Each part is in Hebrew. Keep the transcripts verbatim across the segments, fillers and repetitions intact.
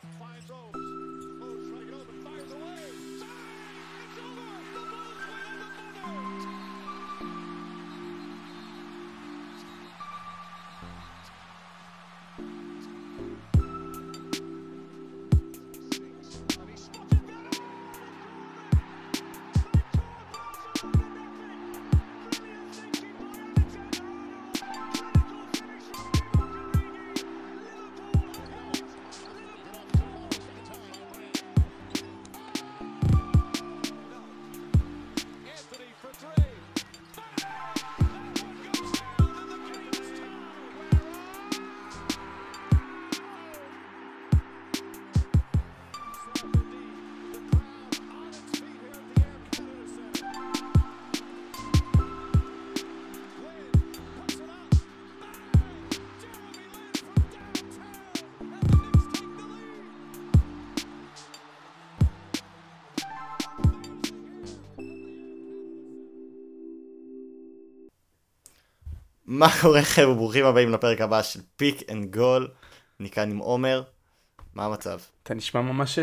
מה קורה חבר'ה, ברוכים הבאים לפרק הבא של פיק אנד גול. אני כאן עם עומר, מה המצב? אתה נשמע ממש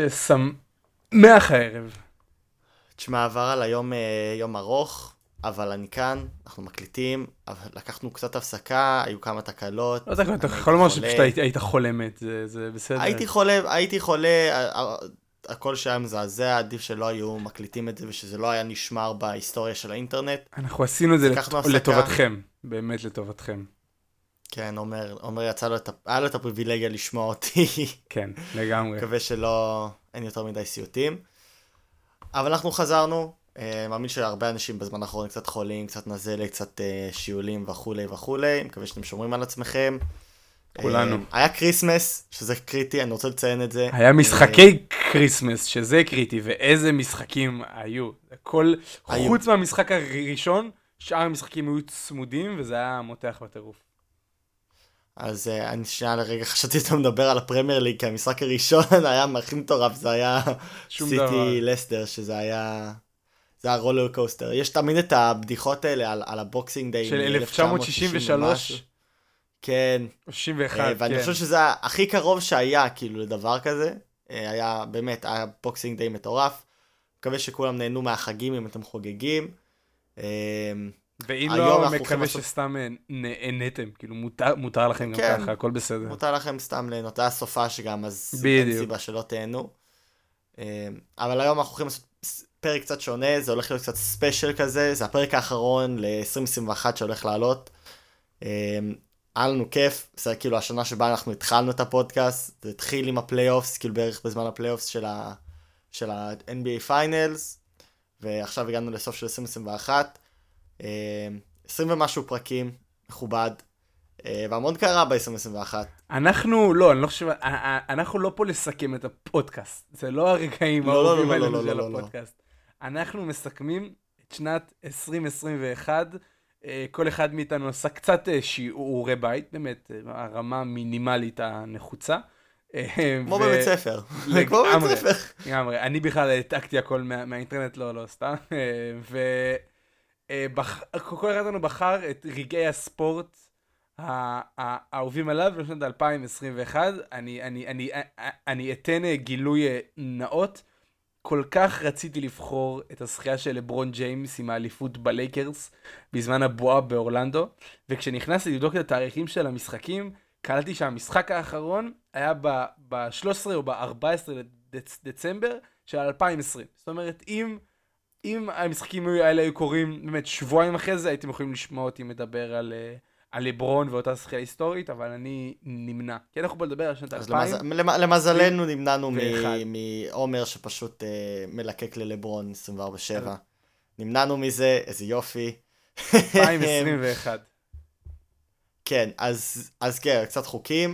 שמח הערב. תשמע, עבר על היום יום ארוך, אבל אני כאן, אנחנו מקליטים, אבל לקחנו קצת הפסקה, היו כמה תקלות. לא, אתה יכול לומר שפשוט היית חולמת, זה בסדר. הייתי חולה, הייתי חולה, הכל שהיה מזעזע, עדיף שלא היו מקליטים את זה ושזה לא היה נשמר בהיסטוריה של האינטרנט. אנחנו עשינו את זה לטובתכם, באמת לטובתכם. כן, עומר, עומר יצא לו את, היה לו את הפריבילגיה לשמוע אותי. כן, לגמרי. מקווה שלא, אין יותר מדי סיוטים. אבל אנחנו חזרנו, מאמין שהרבה אנשים בזמן האחרון קצת חולים, קצת נזלה, קצת שיעולים וכולי וכולי. מקווה שאתם שומרים על עצמכם. כולנו. היה קריסמס, שזה קריטי, אני רוצה לציין את זה. היה משחקי קריסמס, שזה קריטי, ואיזה משחקים היו. כל, חוץ מהמשחק הראשון, שאר המשחקים היו צמודים, וזה היה מותח בטירוף. אז אני שנייה לרגע חשבתי שאתה מדבר על הפרמייר ליג, כי המשחק הראשון היה הכי מטורף, זה היה סיטי לסטר, שזה היה... זה היה רולר קוסטר. יש תמיד את הבדיחות האלה על, על הבוקסינג דיי. של אלף תשע מאות שישים ושלוש. כן. שישים ואחת, ואני כן. חושב שזה הכי קרוב שהיה, כאילו, לדבר כזה. היה באמת, היה בוקסינג דיי מטורף. מקווה שכולם נהנו מהחגים אם אתם חוגגים. ואם לא, מקווה שסתם נהנתם. כאילו, מותר, מותר לכם גם ככה, הכל בסדר. מותר לכם סתם ליהנות. היה סופה שגם, אז אין סיבה שלא תהנו. אבל היום אנחנו הולכים לעשות פרק קצת שונה, זה הולך להיות קצת ספיישל כזה, זה הפרק האחרון ל-עשרים עשרים ואחת שהולך לעלות. היה לנו כיף, זה כאילו השנה שבה אנחנו התחלנו את הפודקאסט, זה התחיל עם הפלייאופס, כאילו בערך בזמן הפלייאופס של ה- של ה-אן בי איי פיינלס, ועכשיו הגענו לסוף של עשרים עשרים ואחת, עשרים ומשהו פרקים, מכובד, והמון קרה ב-עשרים עשרים ואחת. אנחנו, לא, אני לא חושב, אנחנו לא פה לסכם את הפודקאסט, זה לא הרגעים האהובים האלה של הפודקאסט. אנחנו מסכמים את שנת עשרים עשרים ואחת, כל אחד מאיתנו עושה קצת שיעורי בית, באמת, הרמה המינימלית הנחוצה. כמו בבית ספר. כמו בבית ספר. לגמרי, אני בכלל העתקתי הכל מהאינטרנט, לא, לא, סתם. וכל אחד מאיתנו בחר את רגעי הספורט, האהובים עליו לשנת אלפיים עשרים ואחת. אני, אני, אני, אני אתן גילוי נאות. כל כך רציתי לבחור את הזכייה של לברון ג'יימס עם האליפות בלייקרס בזמן הבועה באורלנדו, וכשנכנסתי לבדוק את התאריכים של המשחקים, קלטתי שהמשחק האחרון היה ב-שלושה עשר או ב-ארבעה עשר לדצמבר של אלפיים עשרים. זאת אומרת, אם, אם המשחקים האלה היו קורים באמת שבועיים אחרי זה, הייתם יכולים לשמוע אותי מדבר על... על לברון ואותה זכייה היסטורית, אבל אני נמנע. כי אנחנו בוא לדבר על שנת אלפיים. למזלנו נמנענו מעומר שפשוט מלקק ללברון עשרים וארבע שבע. נמנענו מזה, איזה יופי. אלפיים עשרים ואחת. כן, אז כן, קצת חוקים.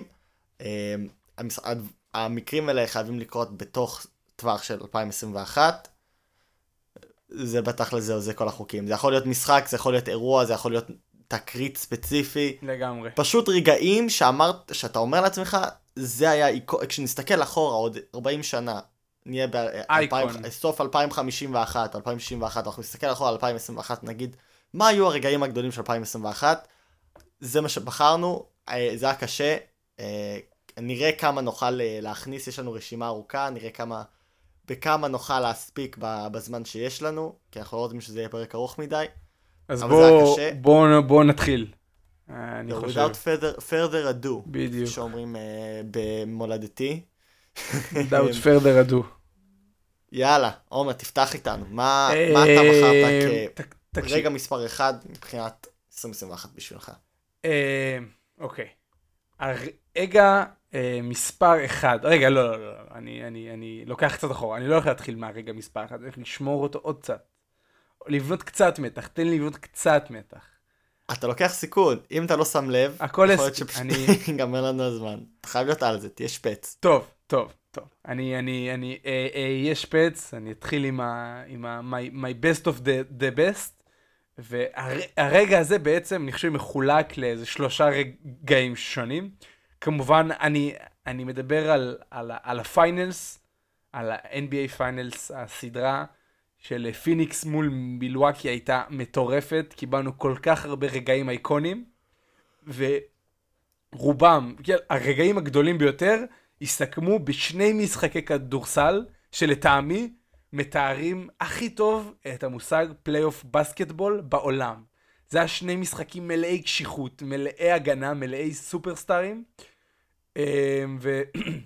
המקרים האלה חייבים לקרות בתוך טווח של אלפיים עשרים ואחת. זה בטח לזה, זה כל החוקים. זה יכול להיות משחק, זה יכול להיות אירוע, זה יכול להיות... תקרית ספציפי. לגמרי. פשוט רגעים שאמרת, שאתה אומר לעצמך, זה היה, כשנסתכל אחורה עוד ארבעים שנה, נהיה בסוף אלפיים חמישים ואחת, אלפיים שישים ואחת, אנחנו נסתכל אחורה על אלפיים עשרים ואחת, נגיד, מה היו הרגעים הגדולים של אלפיים עשרים ואחת? זה מה שבחרנו, זה היה קשה, נראה כמה נוכל להכניס, יש לנו רשימה ארוכה, נראה כמה, בכמה נוכל להספיק בזמן שיש לנו, כי אנחנו לא רוצים שזה יהיה פרק ארוך מדי. אז בוא, בוא, בוא נתחיל. אני no, חושב. without further, further ado. בדיוק. שאומרים uh, במולדתי. without further ado. יאללה, עומר, תפתח איתנו. מה, מה אתה בחרת כרגע מספר אחד מבחינת עשרים עשרים ואחת בשבילך? אוקיי. הרגע מספר אחד, רגע, לא, לא, לא, אני, אני, אני לוקח קצת אחורה, אני לא הולך להתחיל מהרגע מספר אחד, אני הולך לשמור אותו עוד קצת. לבנות קצת מתח, תן לי לבנות קצת מתח. אתה לוקח סיכון, אם אתה לא שם לב, יכול להיות שפשוט ייגמר לנו הזמן. אתה חייב להיות על זה, תהיה שפץ. טוב, טוב, טוב. אני, אני, אני, אהיה שפץ, אני אתחיל עם ה, עם ה, my, my best of the, the best, והרגע הזה בעצם, אני חושב, מחולק לאיזה שלושה רגעים שונים. כמובן, אני, אני מדבר על, על, על הפיינלס, על ה-אן בי איי פיינלס, הסדרה, של פיניקס מול מילווקי הייתה מטורפת, קיבלנו כל כך הרבה רגעים אייקונים, ורובם, הרגעים הגדולים ביותר, הסתכמו בשני משחקי כדורסל, שלטעמי מתארים הכי טוב את המושג פלייאוף בסקטבול בעולם. זה היה שני משחקים מלאי קשיחות, מלאי הגנה, מלאי סופרסטארים, ו...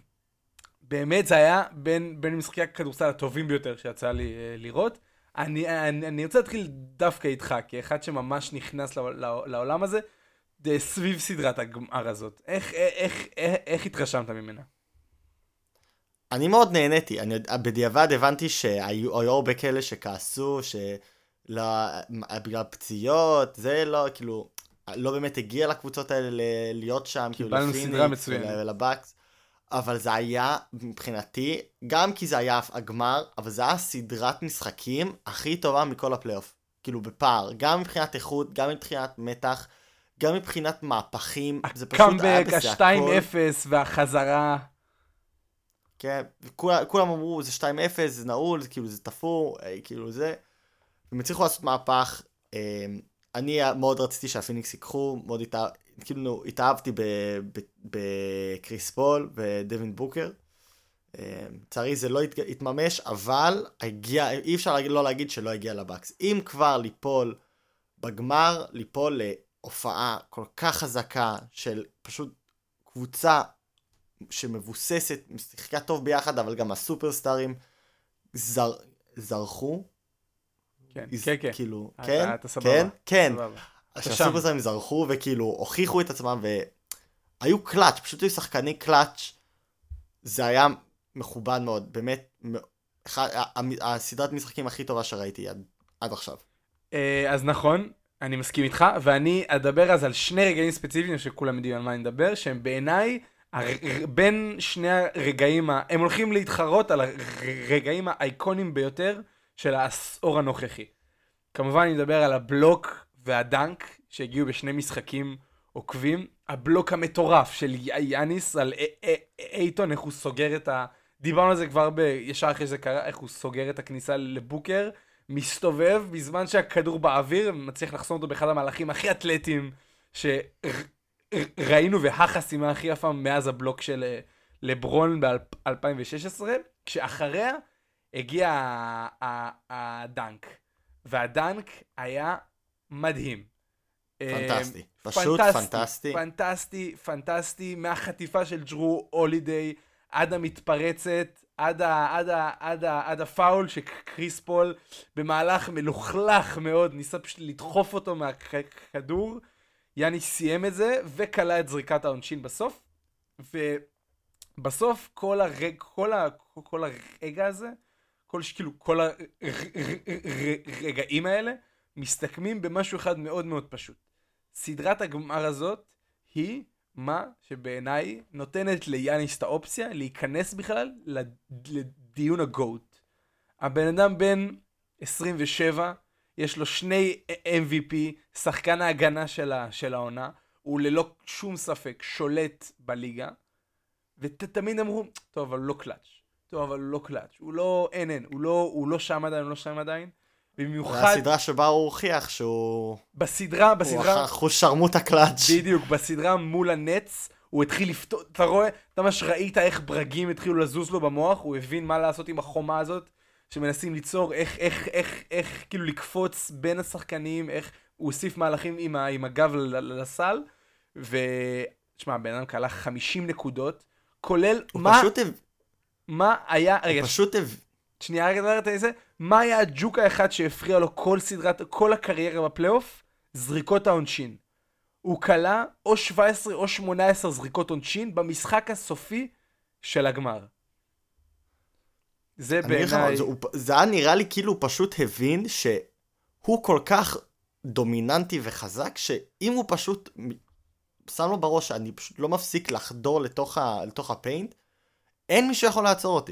באמת זה היה בין, בין משחקי הכדורסל הטובים ביותר שיצא לי אה, לראות. אני, אני, אני רוצה להתחיל דווקא איתך, כאחד שממש נכנס לעול, לעולם הזה, סביב סדרת הגמר הזאת. איך, איך, איך, איך התרשמת ממנה? אני מאוד נהניתי. אני, בדיעבד הבנתי שהיו הרבה כאלה שכעסו, שבגלל פציעות, זה לא, כאילו, לא באמת הגיע לקבוצות האלה להיות שם, כאילו לפיניקס ולבקס. אבל זה היה מבחינתי, גם כי זה היה הגמר, אבל זה היה סדרת משחקים הכי טובה מכל הפלייאוף. כאילו בפער, גם מבחינת איכות, גם מבחינת מתח, גם מבחינת מהפכים. זה פשוט היה בזה הכל. ה-שתיים אפס והחזרה. כן, וכולם, כולם אמרו, זה שתיים אפס, זה נעול, זה כאילו זה תפור, כאילו זה. הם הצליחו לעשות מהפך. אני מאוד רציתי שהפיניקס ייקחו, מאוד התאר... כאילו התאהבתי בקריס פול ודווין בוקר. לצערי זה לא התממש, אבל הגיע, אי אפשר לא להגיד שלא הגיע לבקס. אם כבר ליפול בגמר, ליפול להופעה כל כך חזקה של פשוט קבוצה שמבוססת, משחקה טוב ביחד, אבל גם הסופרסטארים זר, זרחו. כן, כן, כן. כאילו, כן, כן, כן. סבבה. שהסופרסטארים זרחו וכאילו הוכיחו את עצמם והיו קלאץ', פשוט היו שחקני קלאץ'. זה היה מכובד מאוד, באמת, הסדרת משחקים הכי טובה שראיתי עד, עד עכשיו. אז נכון, אני מסכים איתך, ואני אדבר אז על שני רגעים ספציפיים שכולם יודעים על מה אני מדבר, שהם בעיניי, בין שני הרגעים, הם הולכים להתחרות על הרגעים האייקונים ביותר של העשור הנוכחי. כמובן אני מדבר על הבלוק והדנק שהגיעו בשני משחקים עוקבים. הבלוק המטורף של יאניס על אייטון, איך הוא סוגר את ה... דיברנו על זה כבר בישר אחרי שזה קרה, איך הוא סוגר את הכניסה לבוקר, מסתובב בזמן שהכדור באוויר, מצליח לחסום אותו באחד המהלכים הכי אתלטיים שראינו, והחסימה הכי יפה מאז הבלוק של לברון ב-אלפיים ושש עשרה, כשאחריה הגיע הדנק, והדנק היה מדהים. פנטסטי, פשוט פנטסטי. פנטסטי, פנטסטי, מהחטיפה של ג'רו הולידיי, עד המתפרצת, עד, ה, עד, ה, עד, ה, עד הפאול שקריס פול במהלך מלוכלך מאוד, ניסה פשוט לדחוף אותו מהכדור, יאני סיים את זה, וקלה את זריקת העונשין בסוף, ובסוף כל, הרג, כל, ה, כל הרגע הזה, כל, כאילו, כל הרגעים האלה, מסתכמים במשהו אחד מאוד מאוד פשוט. סדרת הגמר הזאת היא מה שבעיניי נותנת ליאניס את האופציה להיכנס בכלל לדיון הגוט. הבן אדם בן עשרים ושבע, יש לו שני אם וי פי, שחקן ההגנה שלה, של העונה, הוא ללא שום ספק שולט בליגה, ותמיד אמרו, טוב, אבל הוא לא קלאץ'. טוב, אבל הוא לא קלאץ'. הוא לא, אין, אין, הוא לא, הוא לא שם עדיין, הוא לא שם עדיין. במיוחד... הסדרה שבה הוא הוכיח שהוא... בסדרה, בסדרה... הוא שרמוט הקלאץ'. בדיוק, בסדרה מול הנץ, הוא התחיל לפתור, אתה רואה, אתה ממש ראית איך ברגים התחילו לזוז לו במוח, הוא הבין מה לעשות עם החומה הזאת, שמנסים ליצור, איך, איך, איך, איך, כאילו לקפוץ בין השחקנים, איך הוא הוסיף מהלכים עם, ה, עם הגב לסל, ושמע, בן אדם קלה חמישים נקודות, כולל מה, פשוט... מה היה, רגע, פשוט... שנייה, רגע, רגע, רגע, מה היה הג'וק האחד שהפריע לו כל סדרת, כל הקריירה בפלייאוף? זריקות העונשין. הוא קלה או שבע עשרה או שמונה עשרה זריקות עונשין במשחק הסופי של הגמר. זה בעיניי... זה, זה היה נראה לי כאילו הוא פשוט הבין שהוא כל כך דומיננטי וחזק, שאם הוא פשוט שם לו בראש שאני פשוט לא מפסיק לחדור לתוך, ה, לתוך הפיינט, אין מישהו יכול לעצור אותי.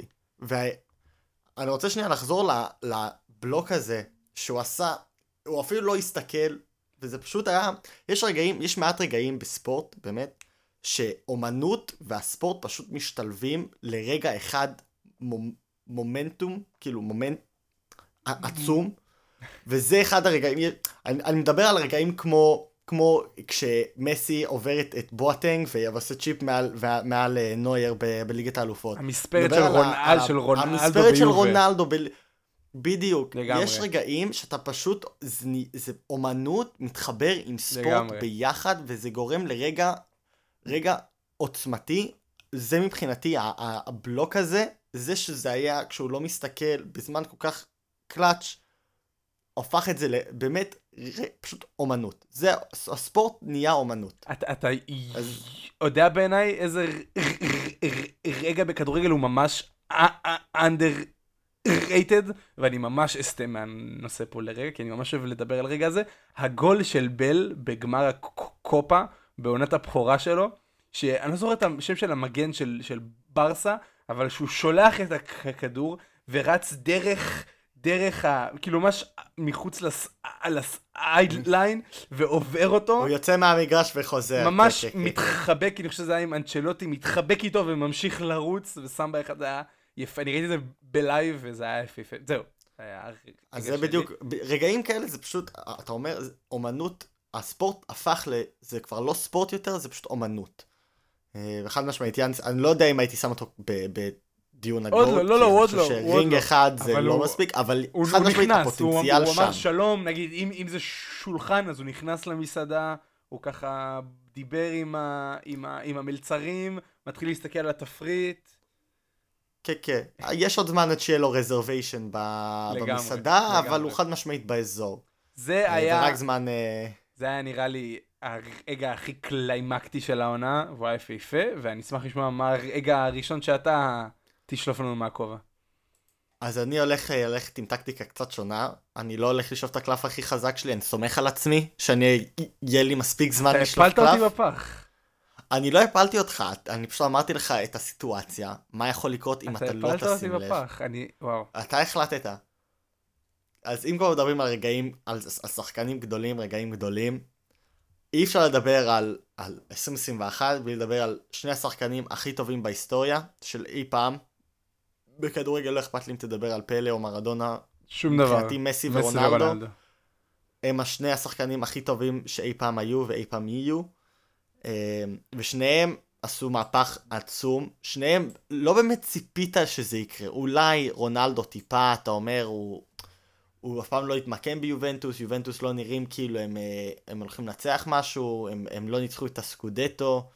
ואני רוצה שנייה לחזור לבלוק הזה שהוא עשה, הוא אפילו לא הסתכל, וזה פשוט היה, יש רגעים, יש מעט רגעים בספורט, באמת, שאומנות והספורט פשוט משתלבים לרגע אחד מומנטום, כאילו מומנט עצום, וזה אחד הרגעים, אני, אני מדבר על רגעים כמו, כמו כשמסי עובר את, את בואטנג ועושה צ'יפ מעל, מעל נויר ב, בליגת האלופות. המספרת של רונאל, של רונאלדו ביובה. המספרת של רונאלדו ב... בדיוק, לגמרי. יש רגעים שאתה פשוט, זה, זה אומנות מתחבר עם ספורט לגמרי. ביחד, וזה גורם לרגע, רגע עוצמתי, זה מבחינתי, הבלוק הזה, זה שזה היה, כשהוא לא מסתכל, בזמן כל כך קלאץ', הופך את זה באמת, פשוט אומנות. זה, הספורט נהיה אומנות. אתה, אתה אז... יודע בעיניי איזה רגע בכדורגל הוא ממש under rated, ואני ממש אסתם מהנושא פה לרגע, כי אני ממש אוהב לדבר על רגע הזה. הגול של בל בגמר הקופה, בעונת הבכורה שלו, שאני לא זוכר את השם של המגן של, של ברסה, אבל שהוא שולח את הכדור ורץ דרך, דרך ה... כאילו ממש מחוץ לסיידליין ועובר אותו. הוא יוצא מהמגרש וחוזר. ממש מתחבק, אני חושב שזה היה עם אנצ'לוטי, מתחבק איתו וממשיך לרוץ, ושם באחד, זה היה יפה. אני ראיתי את זה בלייב וזה היה יפה. זהו. אז זה בדיוק, רגעים כאלה זה פשוט, אתה אומר, אומנות, הספורט הפך ל... זה כבר לא ספורט יותר, זה פשוט אומנות. וחד משמעית, אני לא יודע אם הייתי שם אותו בדיון הגול. עוד לא, לא, לא, עוד לא. שרינג אחד זה לא מספיק, אבל חד משמעית הפוטנציאל שם. הוא אמר שלום, נגיד, אם זה שולחן, אז הוא נכנס למסעדה, הוא ככה דיבר עם המלצרים, מתחיל להסתכל על התפריט. כן, כן. יש עוד זמן עד שיהיה לו רזרוויישן במסעדה, אבל הוא חד משמעית באזור. זה היה... ורק זמן... זה היה נראה לי הרגע הכי קליימקטי של העונה, והוא היה יפה, ואני אשמח לשמוע מה הרגע הראשון שאתה תשלוף לנו מהכובע. אז אני הולך ללכת עם טקטיקה קצת שונה, אני לא הולך לשלוף את הקלף הכי חזק שלי, אני סומך על עצמי, שאני יהיה לי מספיק זמן לשלוף קלף. אתה הפלת אותי בפח. אני לא הפלתי אותך, אני פשוט אמרתי לך את הסיטואציה, מה יכול לקרות אם אתה לא תשים לב. אתה הפלת אותי בפח, אני, וואו. אתה החלטת. אז אם כבר מדברים על רגעים, על, על שחקנים גדולים, רגעים גדולים, אי אפשר לדבר על, על עשרים עשרים ואחת, בלי לדבר על שני השחקנים הכי טובים בהיסטוריה של אי פעם. בכדורגל לא אכפת לי אם תדבר על פלא או מרדונה. שום דבר. מבחינתי מסי ורונלדו. הם השני השחקנים הכי טובים שאי פעם היו ואי פעם יהיו. ושניהם עשו מהפך עצום. שניהם לא באמת ציפית שזה יקרה. אולי רונלדו טיפה, אתה אומר, הוא... הוא אף פעם לא התמקם ביובנטוס, יובנטוס לא נראים כאילו הם, הם הולכים לנצח משהו, הם, הם לא ניצחו את הסקודטו,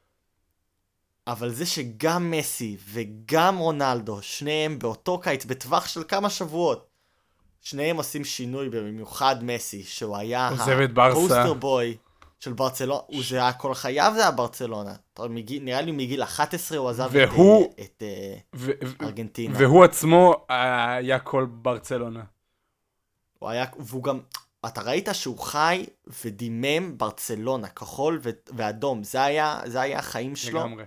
אבל זה שגם מסי וגם רונלדו, שניהם באותו קיץ, בטווח של כמה שבועות, שניהם עושים שינוי, במיוחד מסי, שהוא היה הפוסטר בוי של ברצלונה, הוא זה היה כל חייו זה היה ברצלונה, נראה לי מגיל אחת עשרה הוא עזב והוא, את, את ו- ארגנטינה. והוא עצמו היה כל ברצלונה. הוא היה, והוא גם, אתה ראית שהוא חי ודימם ברצלונה, כחול ו- ואדום, זה היה, זה היה החיים שלו. לגמרי.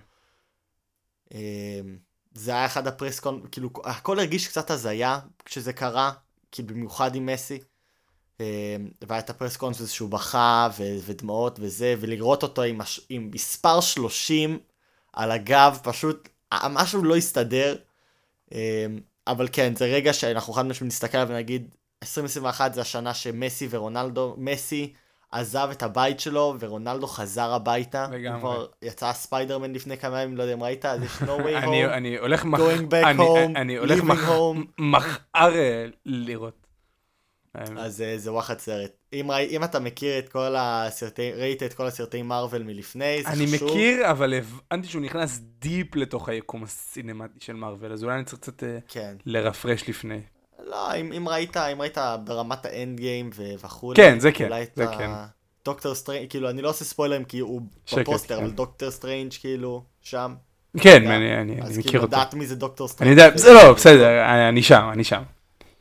זה היה אחד הפרסקון, כאילו, הכל הרגיש קצת הזיה כשזה קרה, כי במיוחד עם מסי, והיה את הפרסקונפרנס שהוא בכה ו- ודמעות וזה, ולראות אותו עם, הש- עם מספר שלושים על הגב, פשוט, משהו לא הסתדר, אבל כן, זה רגע שאנחנו חד משמעית נסתכל ונגיד, עשרים עשרים ואחת זה השנה שמסי ורונלדו, מסי עזב את הבית שלו, ורונלדו חזר הביתה. לגמרי. כבר יצא ספיידרמן לפני כמה ימים, לא יודע אם ראית, אז יש no way אני, home, אני הולך מח... going back אני, home, אני הולך living מח... home. מחר לראות. אז זה וואחד סרט. אם, ראי, אם אתה מכיר את כל הסרטי, ראית את כל הסרטי מארוול מלפני, זה אני חשוב. אני מכיר, אבל הבנתי שהוא נכנס דיפ לתוך היקום הסינמטי של מארוול, אז אולי אני צריך קצת כן. לרפרש לפני. לא, אם, אם ראית, אם ראית ברמת האנד גיים וכו'. כן, זה כן, זה כן. דוקטור סטרנג', כאילו, אני לא עושה ספוילרים כי הוא שקט, בפוסטר, כן. אבל דוקטור סטרנג' כאילו, שם. כן, אני, אני, אני מכיר אותו. אז כאילו, לדעת מי זה דוקטור סטרנג'. אני יודע, זה לא, בסדר, אני, אני שם, אני שם.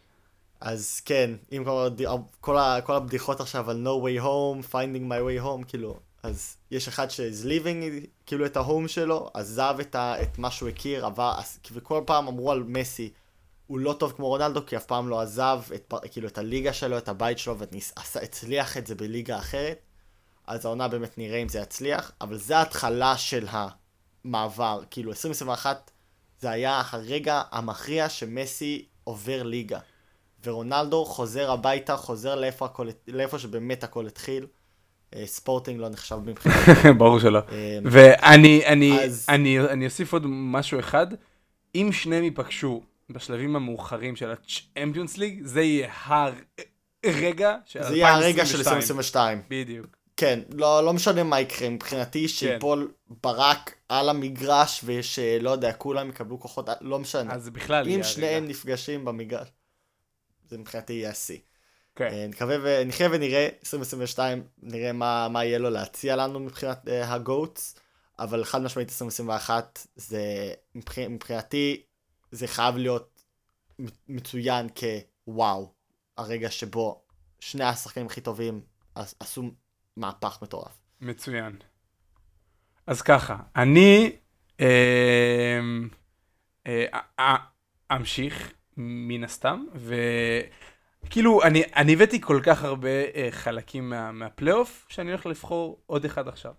אז כן, אם כבר כל, ה, כל הבדיחות עכשיו על no way home, finding my way home, כאילו, אז יש אחד ש-is living, כאילו, את ההום שלו, עזב את, ה, את מה שהוא הכיר, עבר, וכל פעם אמרו על מסי, הוא לא טוב כמו רונלדו, כי אף פעם לא עזב את, כאילו, את הליגה שלו, את הבית שלו, והצליח את זה בליגה אחרת, אז העונה באמת נראה אם זה יצליח, אבל זה ההתחלה של המעבר, כאילו, עשרים עשרים ואחת זה היה הרגע המכריע שמסי עובר ליגה. ורונלדו חוזר הביתה, חוזר לאיפה, הכל, לאיפה שבאמת הכל התחיל. ספורטינג לא נחשב מבחינת. ברור שלא. ואני אני, אז... אני, אני אוסיף עוד משהו אחד. אם שניהם ייפגשו בשלבים המאוחרים של הצ'מפיונס ליג, זה יהיה הרגע של אלפיים עשרים ושתיים. זה יהיה הרגע של עשרים עשרים ושתיים. בדיוק. כן, לא, לא משנה מה יקרה. מבחינתי שיפול ברק על המגרש, ושלא יודע, כולם יקבלו כוחות, לא משנה. אז בכלל אם שניהם נפגשים במגרש. זה מבחינתי יהיה השיא. Okay. נקווה ונחיה ונראה, עשרים עשרים ושתיים, נראה מה, מה יהיה לו להציע לנו מבחינת uh, הגוטס, אבל חד משמעית עשרים עשרים ואחת, זה, מבח... מבחינתי, זה חייב להיות מצוין כוואו, הרגע שבו שני השחקנים הכי טובים עשו מהפך מטורף. מצוין. אז ככה, אני אה, אה, אה, אמשיך, מן הסתם, וכאילו, אני, אני הבאתי כל כך הרבה uh, חלקים מה, מהפלייאוף, שאני הולך לבחור עוד אחד עכשיו.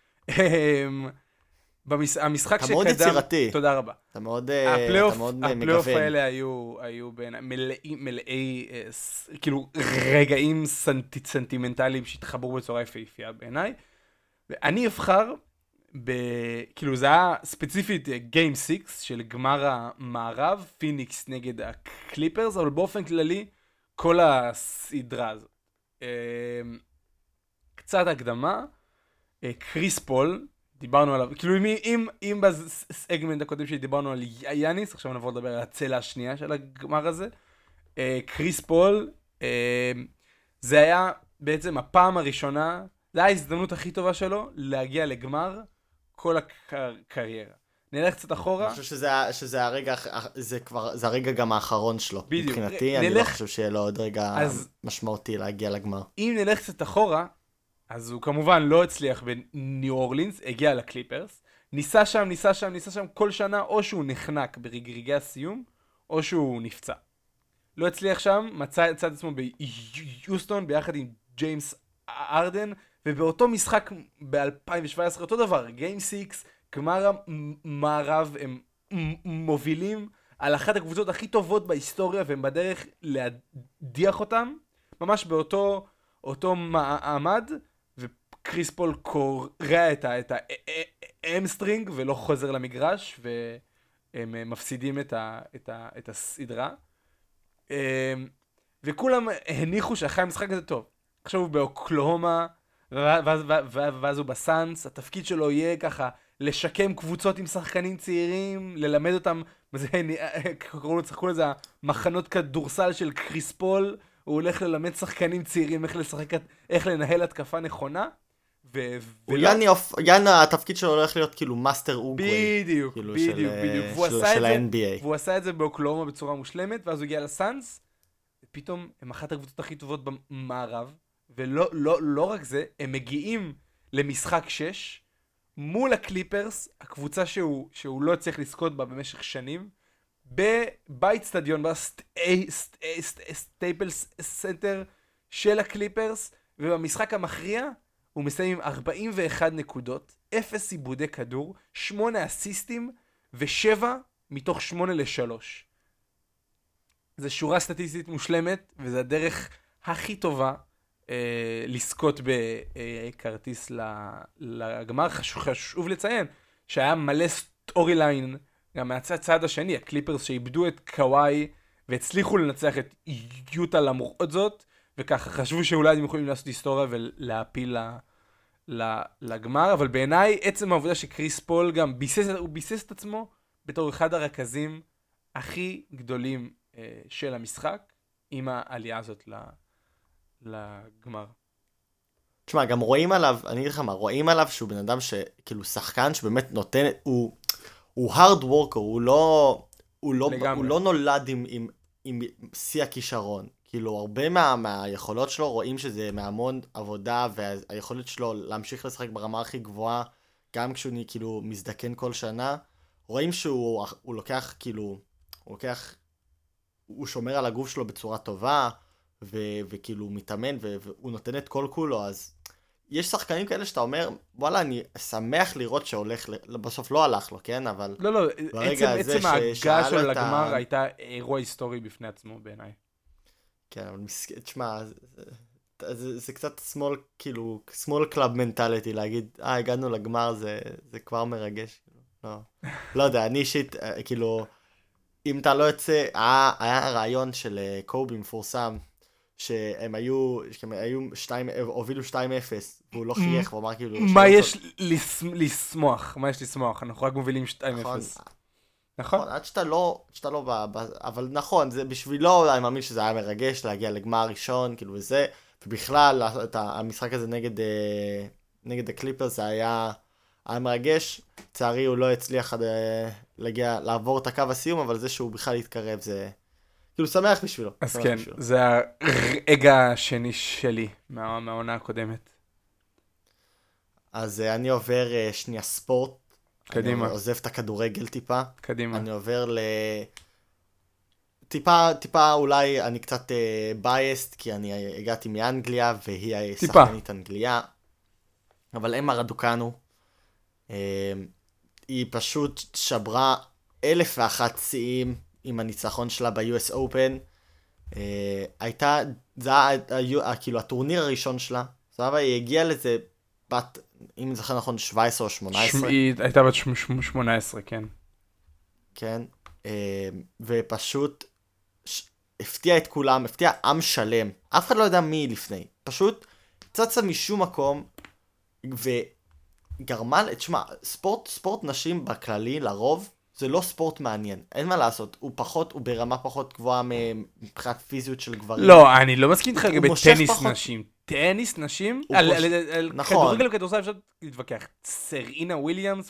במש... המשחק אתה שקדם... מאוד יצירתי. תודה רבה. אתה מאוד, הפלייאוף, אתה מאוד מגוון. הפלייאוף האלה היו, היו בין מלאי, מלאי, uh, כאילו, רגעים סנט, סנטימנטליים שהתחברו בצורה יפהפייה בעיניי, ואני אבחר, ב... כאילו זה היה ספציפית גיים סיקס של גמר המערב, פיניקס נגד הקליפרס, אבל באופן כללי כל הסדרה הזאת. קצת הקדמה, קריס פול, דיברנו עליו, כאילו אם, אם, אם בסגמנט הקודם שדיברנו על יאניס, עכשיו נעבור לדבר על הצלע השנייה של הגמר הזה, קריס פול, זה היה בעצם הפעם הראשונה, זה היה ההזדמנות הכי טובה שלו להגיע לגמר, כל הקריירה. נלך קצת אחורה. אני חושב שזה, שזה הרגע, זה כבר, זה הרגע גם האחרון שלו. בדיוק. מבחינתי, אני לא חושב שיהיה לו עוד רגע אז, משמעותי להגיע לגמר. אם נלך קצת אחורה, אז הוא כמובן לא הצליח בניו אורלינס, הגיע לקליפרס, ניסה שם, ניסה שם, ניסה שם כל שנה, או שהוא נחנק ברגעי הסיום, או שהוא נפצע. לא הצליח שם, מצא את עצמו ביוסטון, ביחד עם ג'יימס ארדן, ובאותו משחק ב-אלפיים שבע עשרה, אותו דבר, גיים סיקס, גמר המערב, הם מובילים על אחת הקבוצות הכי טובות בהיסטוריה, והם בדרך להדיח אותם, ממש באותו אותו מעמד, וקריס פול קורע את האמסטרינג, ולא חוזר למגרש, והם מפסידים את, ה, את, ה, את הסדרה. וכולם הניחו שאחרי המשחק הזה טוב. עכשיו הוא באוקלהומה, ואז, ואז, ואז הוא בסאנס, התפקיד שלו יהיה ככה, לשקם קבוצות עם שחקנים צעירים, ללמד אותם, מה זה, קראו לו, צחקו לזה, מחנות כדורסל של קריס פול, הוא הולך ללמד שחקנים צעירים איך לשחק, איך לנהל התקפה נכונה, ו... הוא יאני, יאני, התפקיד שלו הולך להיות כאילו מאסטר אוגווי. בדיוק, כאילו בדיוק, של, בדיוק. והוא של, עשה של את ה-אן בי איי. זה, והוא עשה את זה באוקלהומה בצורה מושלמת, ואז הוא הגיע לסאנס, ופתאום הם אחת הקבוצות הכי טובות במערב, ולא לא, לא רק זה, הם מגיעים למשחק שש, מול הקליפרס, הקבוצה שהוא, שהוא לא צריך לזכות בה במשך שנים, בבית סטדיון, בסטייפלס סנטר של הקליפרס, ובמשחק המכריע, הוא מסיים עם ארבעים ואחת נקודות, אפס עיבודי כדור, שמונה אסיסטים, ושבע מתוך שמונה לשלוש. זו שורה סטטיסטית מושלמת, וזו הדרך הכי טובה אה, לזכות בכרטיס לגמר. חשוב, חשוב לציין שהיה מלא סטורי ליין, גם מהצד השני, הקליפרס שאיבדו את קוואי, והצליחו לנצח את יוטה למרות זאת, וככה חשבו שאולי הם יכולים לעשות היסטוריה ולהפיל לגמר, אבל בעיניי עצם העובדה שקריס פול גם ביסס, הוא ביסס את עצמו בתור אחד הרכזים הכי גדולים אה, של המשחק, עם העלייה הזאת לגמר. תשמע, גם רואים עליו, אני אגיד לך מה, רואים עליו שהוא בן אדם שכאילו שחקן שבאמת נותן, הוא, הוא hard worker, הוא לא, הוא לא, הוא לא נולד עם, עם, עם שיא הכישרון. כאילו, הרבה מה, מהיכולות שלו רואים שזה מהמון עבודה, והיכולת שלו להמשיך לשחק ברמה הכי גבוהה, גם כשהוא כאילו מזדקן כל שנה, רואים שהוא הוא לוקח, כאילו, הוא לוקח, הוא שומר על הגוף שלו בצורה טובה, ו- וכאילו מתאמן, ו- והוא נותן את כל כולו, אז יש שחקנים כאלה שאתה אומר, וואלה, אני שמח לראות שהולך, בסוף לא הלך לו, כן? אבל לא, לא, עצם, עצם ההגעה שלו לגמר ה... הייתה אירוע היסטורי בפני עצמו בעיניי. כן, אבל מסכן, תשמע, זה, זה, זה, זה קצת small, כאילו, small club mentality, להגיד, אה, הגענו לגמר, זה, זה כבר מרגש. לא, לא יודע, אני אישית, כאילו, אם אתה לא יוצא, היה, היה רעיון של קובי מפורסם, שהם היו, שהם היו שתיים, הובילו שתיים אפס, והוא לא חייך, והוא אמר כאילו... מה יש לשמוח? מה יש לשמוח? אנחנו רק מובילים שתיים אפס. נכון? עד שאתה לא, שאתה לא בא, אבל נכון, זה בשבילו, אני מאמין שזה היה מרגש להגיע לגמר ראשון, כאילו וזה, ובכלל, המשחק הזה נגד, נגד הקליפרס, זה היה, היה מרגש, צערי הוא לא הצליח להגיע, לעבור את הקו הסיום, אבל זה שהוא בכלל התקרב, זה... כאילו, שמח בשבילו. אז כן, זה הרגע השני שלי, מהעונה הקודמת. אז אני עובר שנייה ספורט. קדימה. אני עוזב את הכדורגל טיפה. קדימה. אני עובר ל... טיפה, טיפה אולי אני קצת בייסט, כי אני הגעתי מאנגליה, והיא שחקנית אנגליה. אבל אמה רדוקנו, היא פשוט שברה אלף ואחת שיאים, עם הניצחון שלה ב-יו אס Open, הייתה, זה היה, כאילו, הטורניר הראשון שלה, סבבה, היא הגיעה לזה בת, אם זוכר נכון, שבע עשרה או שמונה עשרה. היא הייתה בת שמונה עשרה, כן. כן, ופשוט הפתיע את כולם, הפתיע עם שלם, אף אחד לא יודע מי לפני, פשוט צצה משום מקום, וגרמה, תשמע, ספורט, ספורט נשים בכללי, לרוב, זה לא ספורט מעניין, אין מה לעשות, הוא פחות, הוא ברמה פחות גבוהה מבחינת פיזיות של גברים. לא, אני לא מסכים איתך לגבי טניס נשים. טניס נשים? על כדורגל וכדורסל אפשר להתווכח. סרינה וויליאמס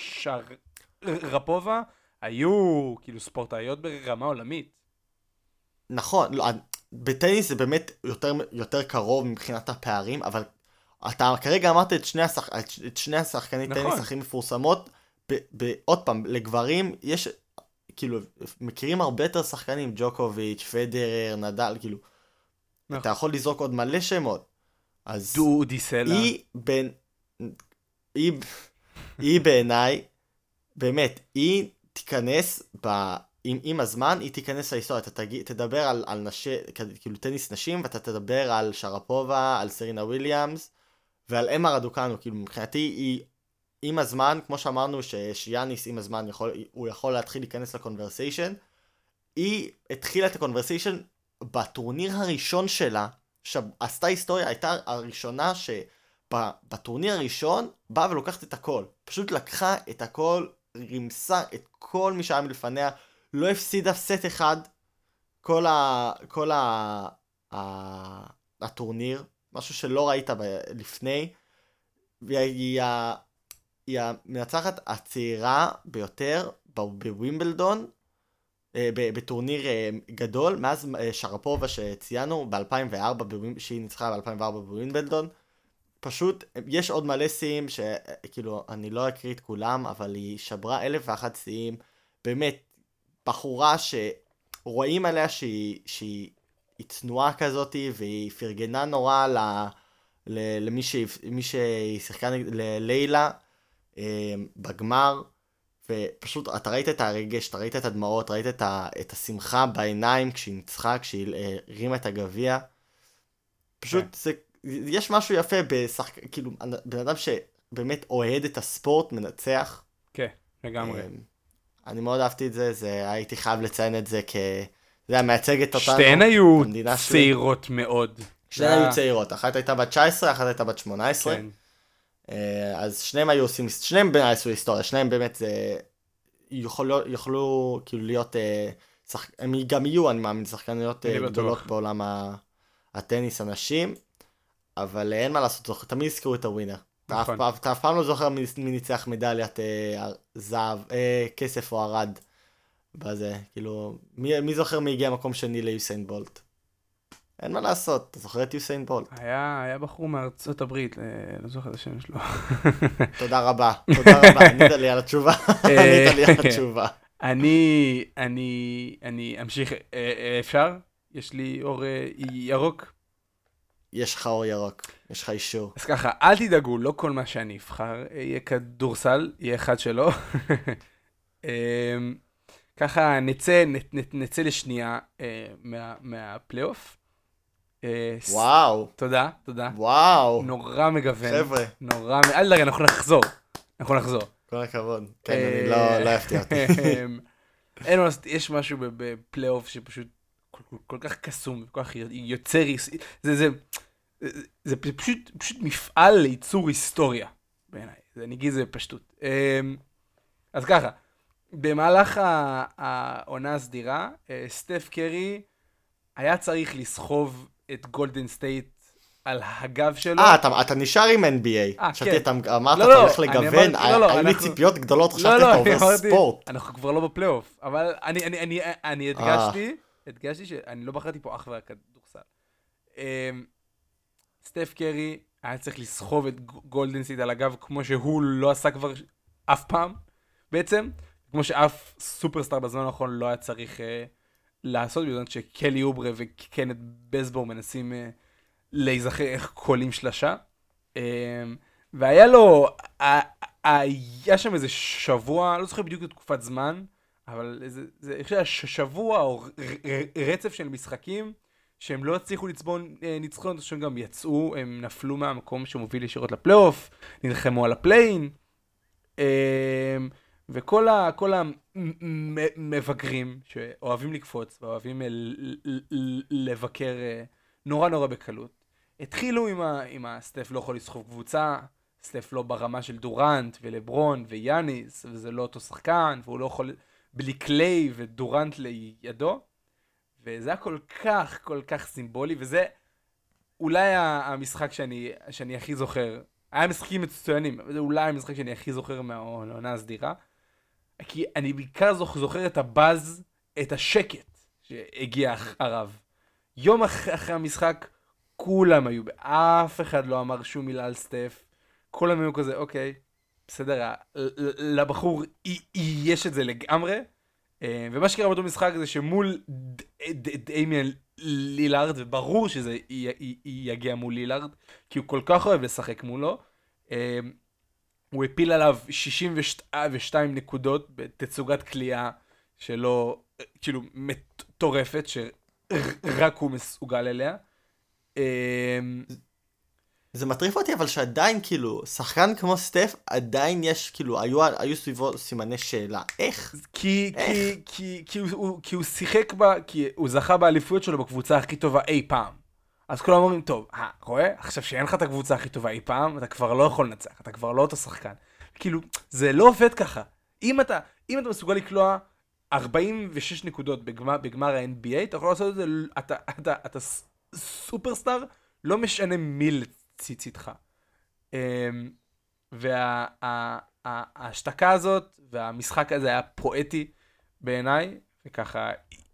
ושרפובה היו כאילו ספורטאיות ברמה עולמית. נכון, בטניס זה באמת יותר קרוב מבחינת הפערים, אבל אתה כרגע אמרת את שני השחקני טניס הכי מפורסמות, עוד פעם, לגברים יש, כאילו, מכירים הרבה יותר שחקנים, ג'וקוביץ', פדרר, נדל, כאילו, אתה יכול לזרוק עוד מלא שמות. אז דודי סלע. היא בין, היא, היא בעיניי, באמת, היא תיכנס, ב, עם, עם הזמן, היא תיכנס להיסטוריה, אתה תגיד, תדבר על, על נשי, כאילו, טניס נשים, ואתה תדבר על שרפובה, על סרינה וויליאמס, ועל אמה רדוקנו, כאילו, מבחינתי היא, עם הזמן, כמו שאמרנו שיאניס עם הזמן יכול, הוא יכול להתחיל להיכנס לקונברסיישן, היא התחילה את הקונברסיישן בטורניר הראשון שלה, שעשתה היסטוריה, הייתה הראשונה שבטורניר הראשון באה ולוקחת את הכל, פשוט לקחה את הכל, רימסה את כל מי שהיה מלפניה, לא הפסידה סט אחד, כל, ה, כל ה, ה, הטורניר, משהו שלא ראית ב, לפני, והיא היא המנצחת הצעירה ביותר בווימבלדון, בטורניר גדול, מאז שרפובה שציינו ב-אלפיים וארבע, שהיא ניצחה ב-אלפיים וארבע בווימבלדון. פשוט, יש עוד מלא שיאים שכאילו, אני לא אקריא את כולם, אבל היא שברה אלף ואחת שיאים, באמת, בחורה שרואים עליה שהיא, שהיא צנועה כזאת, והיא פרגנה נורא ל, ל, למי שהיא, למי שהיא שיחקה ללילה, בגמר, ופשוט אתה ראית את הרגש, אתה ראית את הדמעות, ראית את, ה, את השמחה בעיניים כשהיא ניצחה, כשהיא הרימה את הגביע. פשוט זה, יש משהו יפה בשחק, כאילו, בן אדם שבאמת אוהד את הספורט, מנצח. כן, לגמרי. אני מאוד אהבתי את זה, זה, הייתי חייב לציין את זה כ... זה היה מייצגת אותנו. שתיהן היו צעירות מאוד. שתיהן היו צעירות, אחת הייתה בת תשע עשרה, אחת הייתה בת שמונה עשרה. כן. אז שניהם היו עושים, שניהם בין עשו היסטוריה, שניהם באמת זה, יוכלו, יוכלו כאילו להיות, שח... הם גם יהיו, אני מאמין, שחקניות גדולות בעולם הטניס הנשים, אבל אין מה לעשות, זוכר, תמיד יזכרו את הווינר. נכון. אתה אף פעם לא זוכר מי ניצח מדליית זהב, כסף או ארד. בזה, כאילו, מי, מי זוכר מי הגיע מקום שני ליוסיין בולט? אין מה לעשות, אתה זוכר את יוסיין בולט. היה, היה בחור מארצות הברית, לא זוכר את השם שלו. תודה רבה, תודה רבה, ענית לי על התשובה, ענית לי על התשובה. אני, אני, אני אמשיך, אפשר? יש לי אור ירוק? יש לך אור ירוק, יש לך אישור. אז ככה, אל תדאגו, לא כל מה שאני אבחר יהיה כדורסל, יהיה אחד שלו. ככה נצא, נצא לשנייה מה, מהפלייאוף. וואו. תודה, תודה. וואו. נורא מגוון. חבר'ה. נורא, אל תדאג, אנחנו נחזור. אנחנו נחזור. כל הכבוד. כן, אני לא אפתיע אותי. אין מה, יש משהו בפלייאוף שפשוט כל כך קסום, כל כך יוצר, זה, זה, זה פשוט, פשוט מפעל לייצור היסטוריה, בעיניי. אני אגיד זה פשטות. אז ככה, במהלך העונה הסדירה, סטף קרי היה צריך לסחוב את גולדן סטייט על הגב שלו. אה, אתה, אתה נשאר עם אן בי איי. אה, חשבתי, כן. אתה אמרת, לא, אתה לא, הולך לגוון, לא, לא, היו לי אנחנו... ציפיות גדולות, חשבתי, לא, לא, אתה עובר אמרתי, ספורט. אנחנו כבר לא בפלייאוף, אבל אני, אני, אני, אני הדגשתי, הדגשתי שאני לא בחרתי פה אך ורק כדורסל. סטף קרי היה צריך לסחוב את גולדן סטייט על הגב, כמו שהוא לא עשה כבר אף פעם, בעצם, כמו שאף סופרסטאר בזמן האחרון לא היה צריך uh, לעשות, בזמן שקלי אוברה וקנט בסבור מנסים uh, להיזכר איך קולים שלשה. Um, והיה לו, uh, היה שם איזה שבוע, לא זוכר בדיוק את תקופת זמן, אבל זה, זה, אני חושב שבוע או רצף של משחקים, שהם לא הצליחו לצבון ניצחונות, שהם גם יצאו, הם נפלו מהמקום שמוביל ישירות לפלייאוף, נלחמו על הפליין, וכל ה, כל המבקרים שאוהבים לקפוץ, ואוהבים לבקר נורא נורא בקלות, התחילו עם, ה, עם הסטף לא יכול לסחוב קבוצה, סטף לא ברמה של דורנט ולברון ויאניס, וזה לא אותו שחקן, והוא לא יכול בלי קליי ודורנט לידו, וזה היה כל כך, כל כך סימבולי, וזה אולי המשחק שאני, שאני הכי זוכר. היה משחקים מצוינים, אבל זה אולי המשחק שאני הכי זוכר מהעונה הסדירה. כי אני בעיקר זוכר את הבאז, את השקט שהגיע אחריו. יום אחרי המשחק, כולם היו, אף אחד לא אמר שום מילה על סטף. כולם היו כזה, אוקיי, בסדר, לבחור יש את זה לגמרי. ומה שקרה באותו משחק זה שמול דמיאן לילארד, וברור שזה יגיע מול לילארד, כי הוא כל כך אוהב לשחק מולו, הוא הפיל עליו שישים ושתיים נקודות בתצוגת קליעה שלו, כאילו מטורפת, שרק הוא מסוגל אליה. זה מטריף אותי, אבל שעדיין, כאילו, שחקן כמו סטף, עדיין יש, כאילו, היו, היו סביבו סימני שאלה. איך? כי, איך? כי, כי, כי, הוא, כי הוא שיחק בה, כי הוא זכה באליפויות שלו בקבוצה הכי טובה אי פעם. אז כולם אומרים, טוב, אה, רואה? עכשיו שאין לך את הקבוצה הכי טובה אי פעם, אתה כבר לא יכול לנצח, אתה כבר לא אותו שחקן. כאילו, זה לא עובד ככה. אם אתה, אם אתה מסוגל לקלוע ארבעים ושש נקודות בגמר, בגמר ה-אן בי איי, אתה יכול לעשות את זה, אתה, אתה, אתה, אתה סופרסטאר, לא משנה מי ציצתך. וההשתקה הזאת והמשחק הזה היה פואטי בעיניי, וככה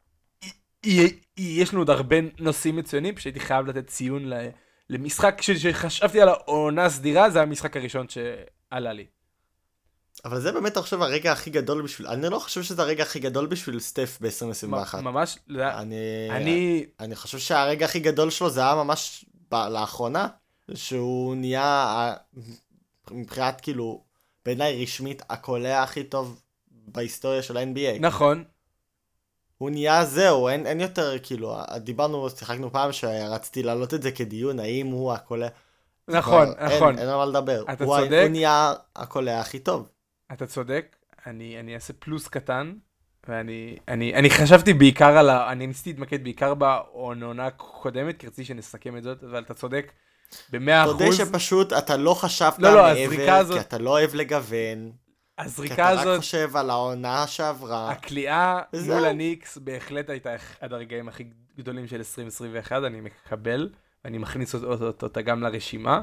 יש לנו עוד הרבה נושאים מצוינים, שהייתי חייב לתת ציון למשחק שחשבתי על העונה הסדירה, זה המשחק הראשון שעלה לי. אבל זה באמת עכשיו הרגע הכי גדול בשביל, אני לא חושב שזה הרגע הכי גדול בשביל סטף ב-עשרים עשרים ואחת. ממש, אני, אני... אני חושב שהרגע הכי גדול שלו זה היה ממש לאחרונה, שהוא נהיה מבחינת כאילו, בעיניי רשמית, הקולע הכי טוב בהיסטוריה של ה-אן בי איי. נכון. הוא נהיה זהו, אין, אין יותר, כאילו, דיברנו, שיחקנו פעם שרציתי להעלות את זה כדיון, האם הוא הקולע... נכון, נכון. אין, אין מה לדבר. אתה הוא, צודק. הוא נהיה הקולע הכי טוב. אתה צודק, אני, אני אעשה פלוס קטן, ואני אני, אני חשבתי בעיקר על ה... אני ניסיתי להתמקד בעיקר בעונה קודמת, כי רציתי שנסכם את זאת, אבל אתה צודק, במאה אחוז... תודה שפשוט אתה לא חשבת לא, לא, מעבר, הזאת... כי אתה לא אוהב לגוון. הזריקה הזאת... כי אתה רק חושב על העונה שעברה. הקליעה מול הניקס בהחלט הייתה אחד הרגעים הכי גדולים של עשרים עשרים ואחת, אני מקבל, ואני מכניס אותה גם לרשימה.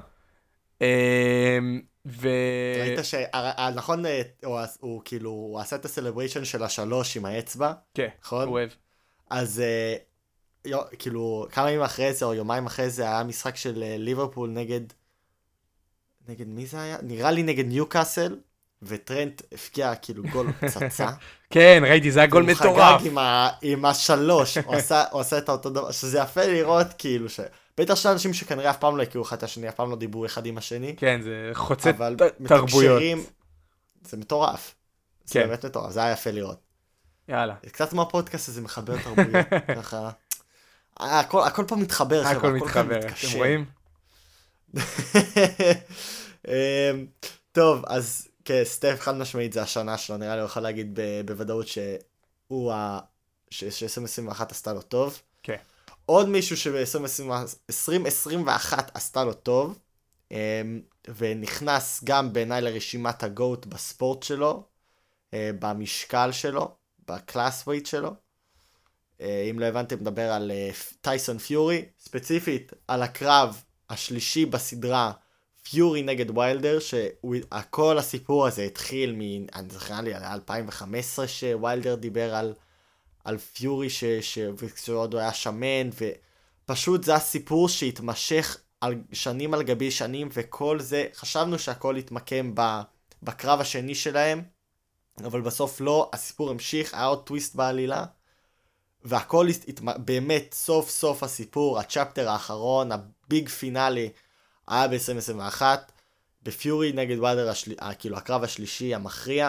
ו... ראית שנכון, הוא, הוא כאילו, הוא עשה את הסלבריישן של השלוש עם האצבע. כן, נכון? הוא אוהב. אז יו, כאילו, כמה ימים אחרי זה, או יומיים אחרי זה, היה משחק של ליברפול נגד, נגד מי זה היה? נראה לי נגד ניוקאסל. וטרנט הפקיע כאילו גול פצצה. כן, ראיתי, זה היה גול מטורף. הוא חגג עם, ה, עם השלוש, הוא עשה, הוא עשה את אותו דבר, שזה יפה לראות כאילו ש... בטח של אנשים שכנראה אף פעם לא הכירו אחד את השני, אף פעם לא דיברו אחד עם השני. כן, זה חוצה אבל תרבויות. זה מטורף. זה כן. באמת מטורף, זה היה יפה לראות. יאללה. קצת כמו הפודקאסט הזה מחבר תרבויות, ככה. הכל, הכל פעם מתחבר. הכל, הכל מתחבר, אתם רואים? טוב, אז כן, סטף חד משמעית זה השנה שלו, נראה לי הוא יכול להגיד בוודאות שהוא ה... ש-עשרים עשרים ואחת עשתה לו טוב. כן. עוד מישהו שב-עשרים עשרים ואחת עשתה לו טוב, ונכנס גם בעיניי לרשימת הגוט בספורט שלו, במשקל שלו, בקלאס ווייט שלו. אם לא הבנתם, מדבר על טייסון פיורי, ספציפית על הקרב השלישי בסדרה, פיורי נגד ויילדר, שכל הסיפור הזה התחיל מ... אני זוכר לי, על אלפיים וחמש עשרה שוויילדר דיבר על, על פיורי, ש... ש... וכשעוד הוא היה שמן, ופשוט זה הסיפור שהתמשך על שנים על גבי שנים, וכל זה, חשבנו שהכל התמקם ב... בקרב השני שלהם, אבל בסוף לא, הסיפור המשיך, היה עוד טוויסט בעלילה, והכל הת... באמת סוף סוף הסיפור, הצ'פטר האחרון, הביג פינאלי, היה ב-עשרים עשרים ואחת, בפיורי נגד ויילדר, השל... כאילו הקרב השלישי המכריע,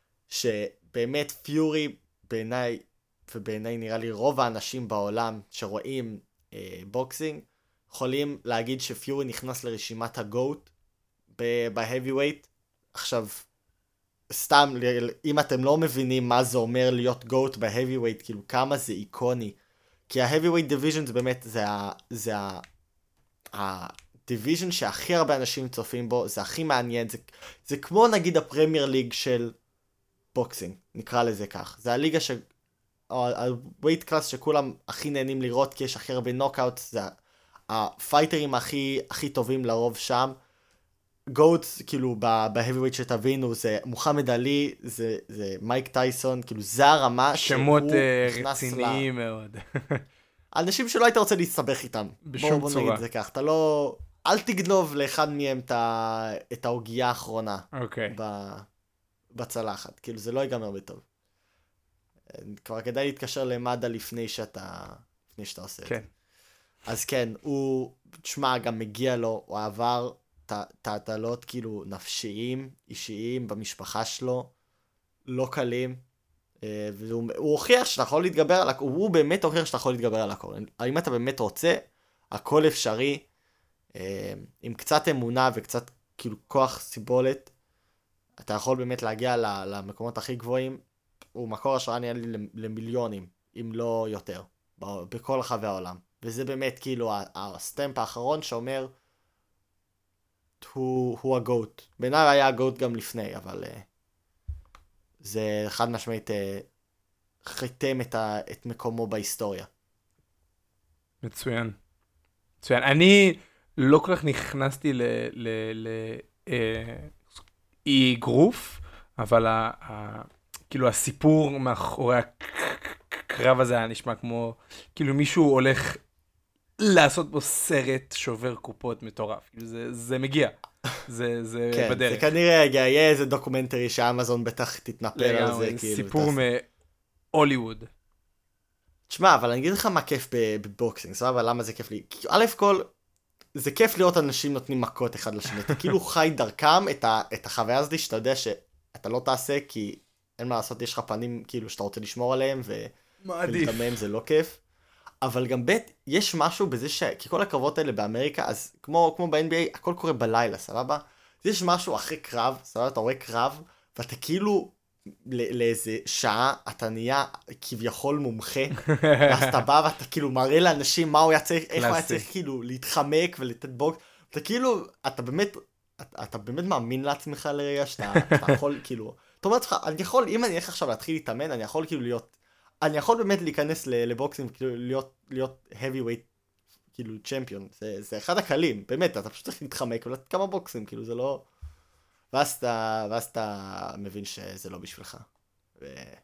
שבאמת פיורי בעיניי, ובעיניי נראה לי רוב האנשים בעולם שרואים אה, בוקסינג, יכולים להגיד שפיורי נכנס לרשימת הגוט ב-heavyweight. עכשיו, סתם, אם אתם לא מבינים מה זה אומר להיות גוט ב-heavyweight, כאילו כמה זה איקוני, כי ה-heavyweight division זה באמת, זה ה... זה ה... ה... דיוויז'ן שהכי הרבה אנשים צופים בו, זה הכי מעניין, זה, זה כמו נגיד הפרמייר ליג של בוקסינג, נקרא לזה כך. זה הליגה ש... ה-weight class שכולם הכי נהנים לראות, כי יש הכי הרבה נוקאוט, זה הפייטרים הכי, הכי טובים לרוב שם. גוטס, כאילו, ב-heavyweight שתבינו, זה מוחמד עלי, זה, זה מייק טייסון, כאילו, זה הרמה שמות רציניים ל... מאוד. אנשים שלא היית רוצה להסתבך איתם. בשום בוא, בוא צורה. נגיד את זה כך, אתה לא... אל תגנוב לאחד מהם את ההוגייה האחרונה. אוקיי. ב... בצלחת. כאילו, זה לא ייגמר בטוב. כבר כדאי להתקשר למד"א לפני שאתה, לפני שאתה עושה כן. את זה. אז כן, הוא, תשמע, גם מגיע לו, הוא עבר טלטלות כאילו נפשיים, אישיים, במשפחה שלו, לא קלים, והוא הוא הוכיח שאתה יכול להתגבר על הכל, הוא באמת הוכיח שאתה יכול להתגבר על הכל. אם אתה באמת רוצה, הכל אפשרי, עם קצת אמונה וקצת כאילו כוח סיבולת, אתה יכול באמת להגיע למקומות הכי גבוהים. הוא מקור השראה נהיה לי למיליונים, אם לא יותר, בכל רחבי העולם. וזה באמת כאילו הסטמפ האחרון שאומר, הוא, הוא הגוט. בעיניי היה הגוט גם לפני, אבל uh, זה חד משמעית uh, חיתם את, ה, את מקומו בהיסטוריה. מצוין. מצוין. אני לא כל כך נכנסתי ל... ל, ל אה, אי גרוף, אבל ה, ה, כאילו הסיפור מאחורי הקרב הזה היה נשמע כמו, כאילו מישהו הולך לעשות בו סרט שובר קופות מטורף. זה, זה מגיע. זה, זה כן, בדרך. זה כנראה יגיע, יהיה איזה דוקומנטרי שאמזון בטח תתנפל על זה. כאילו, סיפור מהוליווד. תשמע, אבל אני אגיד לך מה כיף בבוקסינג, סבבה? למה זה כיף לי? כי א' כל, זה כיף לראות אנשים נותנים מכות אחד לשני. אתה כאילו חי דרכם את, ה, את החוויה הזאת שאתה יודע שאתה לא תעשה, כי אין מה לעשות, יש לך פנים כאילו שאתה רוצה לשמור עליהם, ו, מה עדיף? ולהתאמן זה לא כיף. אבל גם ב' יש משהו בזה ש... כי כל הקרבות האלה באמריקה, אז כמו, כמו ב-אן בי איי, הכל קורה בלילה, סבבה? יש משהו אחרי קרב, סבבה? אתה רואה קרב, ואתה כאילו לאיזה שעה, אתה נהיה כביכול מומחה, ואז אתה בא ואתה כאילו מראה לאנשים מה הוא היה צריך, איך הוא היה צריך כאילו להתחמק ולתת בוקס, אתה כאילו, אתה באמת, אתה, אתה באמת מאמין לעצמך לרגע שאתה, אתה יכול כאילו, אתה אומר לך, אני יכול, אם אני אלך עכשיו להתחיל להתאמן, אני יכול כאילו להיות, אני יכול באמת להיכנס לבוקסים, כאילו להיות, להיות heavyweight, כאילו צ'מפיון, זה, זה אחד הקלים, באמת, אתה פשוט צריך להתחמק ולתת כמה בוקסים, כאילו זה לא, ואז אתה, ואז אתה מבין שזה לא בשבילך. ו...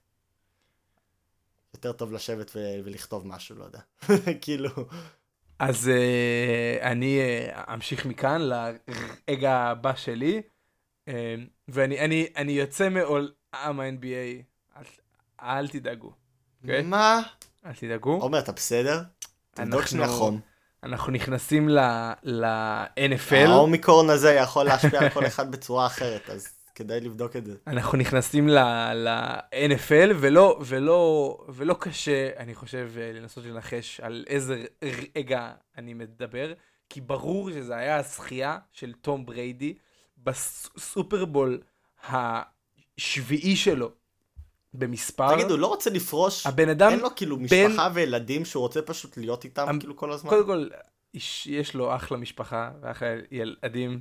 יותר טוב לשבת ו... ולכתוב משהו, לא יודע. כאילו. אז uh, אני uh, אמשיך מכאן לרגע הבא שלי, uh, ואני אני, אני יוצא מעולם ה-אן בי איי, אל, אל תדאגו. Okay? מה? אל תדאגו. עומר, אתה בסדר? תבדוק שנייה חום. אנחנו נכנסים ל-אן אף אל. האומיקורן הזה יכול להשפיע על כל אחד בצורה אחרת, אז כדאי לבדוק את זה. אנחנו נכנסים ל-אן אף אל, ולא, ולא, ולא קשה, אני חושב, לנסות לנחש על איזה רגע אני מדבר, כי ברור שזה היה הזכייה של תום בריידי בסופרבול השביעי שלו במספר. תגיד, הוא לא רוצה לפרוש? הבן אדם... אין לו כאילו משפחה בין... וילדים שהוא רוצה פשוט להיות איתם המ... כאילו כל הזמן? קודם כל, יש, יש לו אחלה משפחה ואחלה ילדים.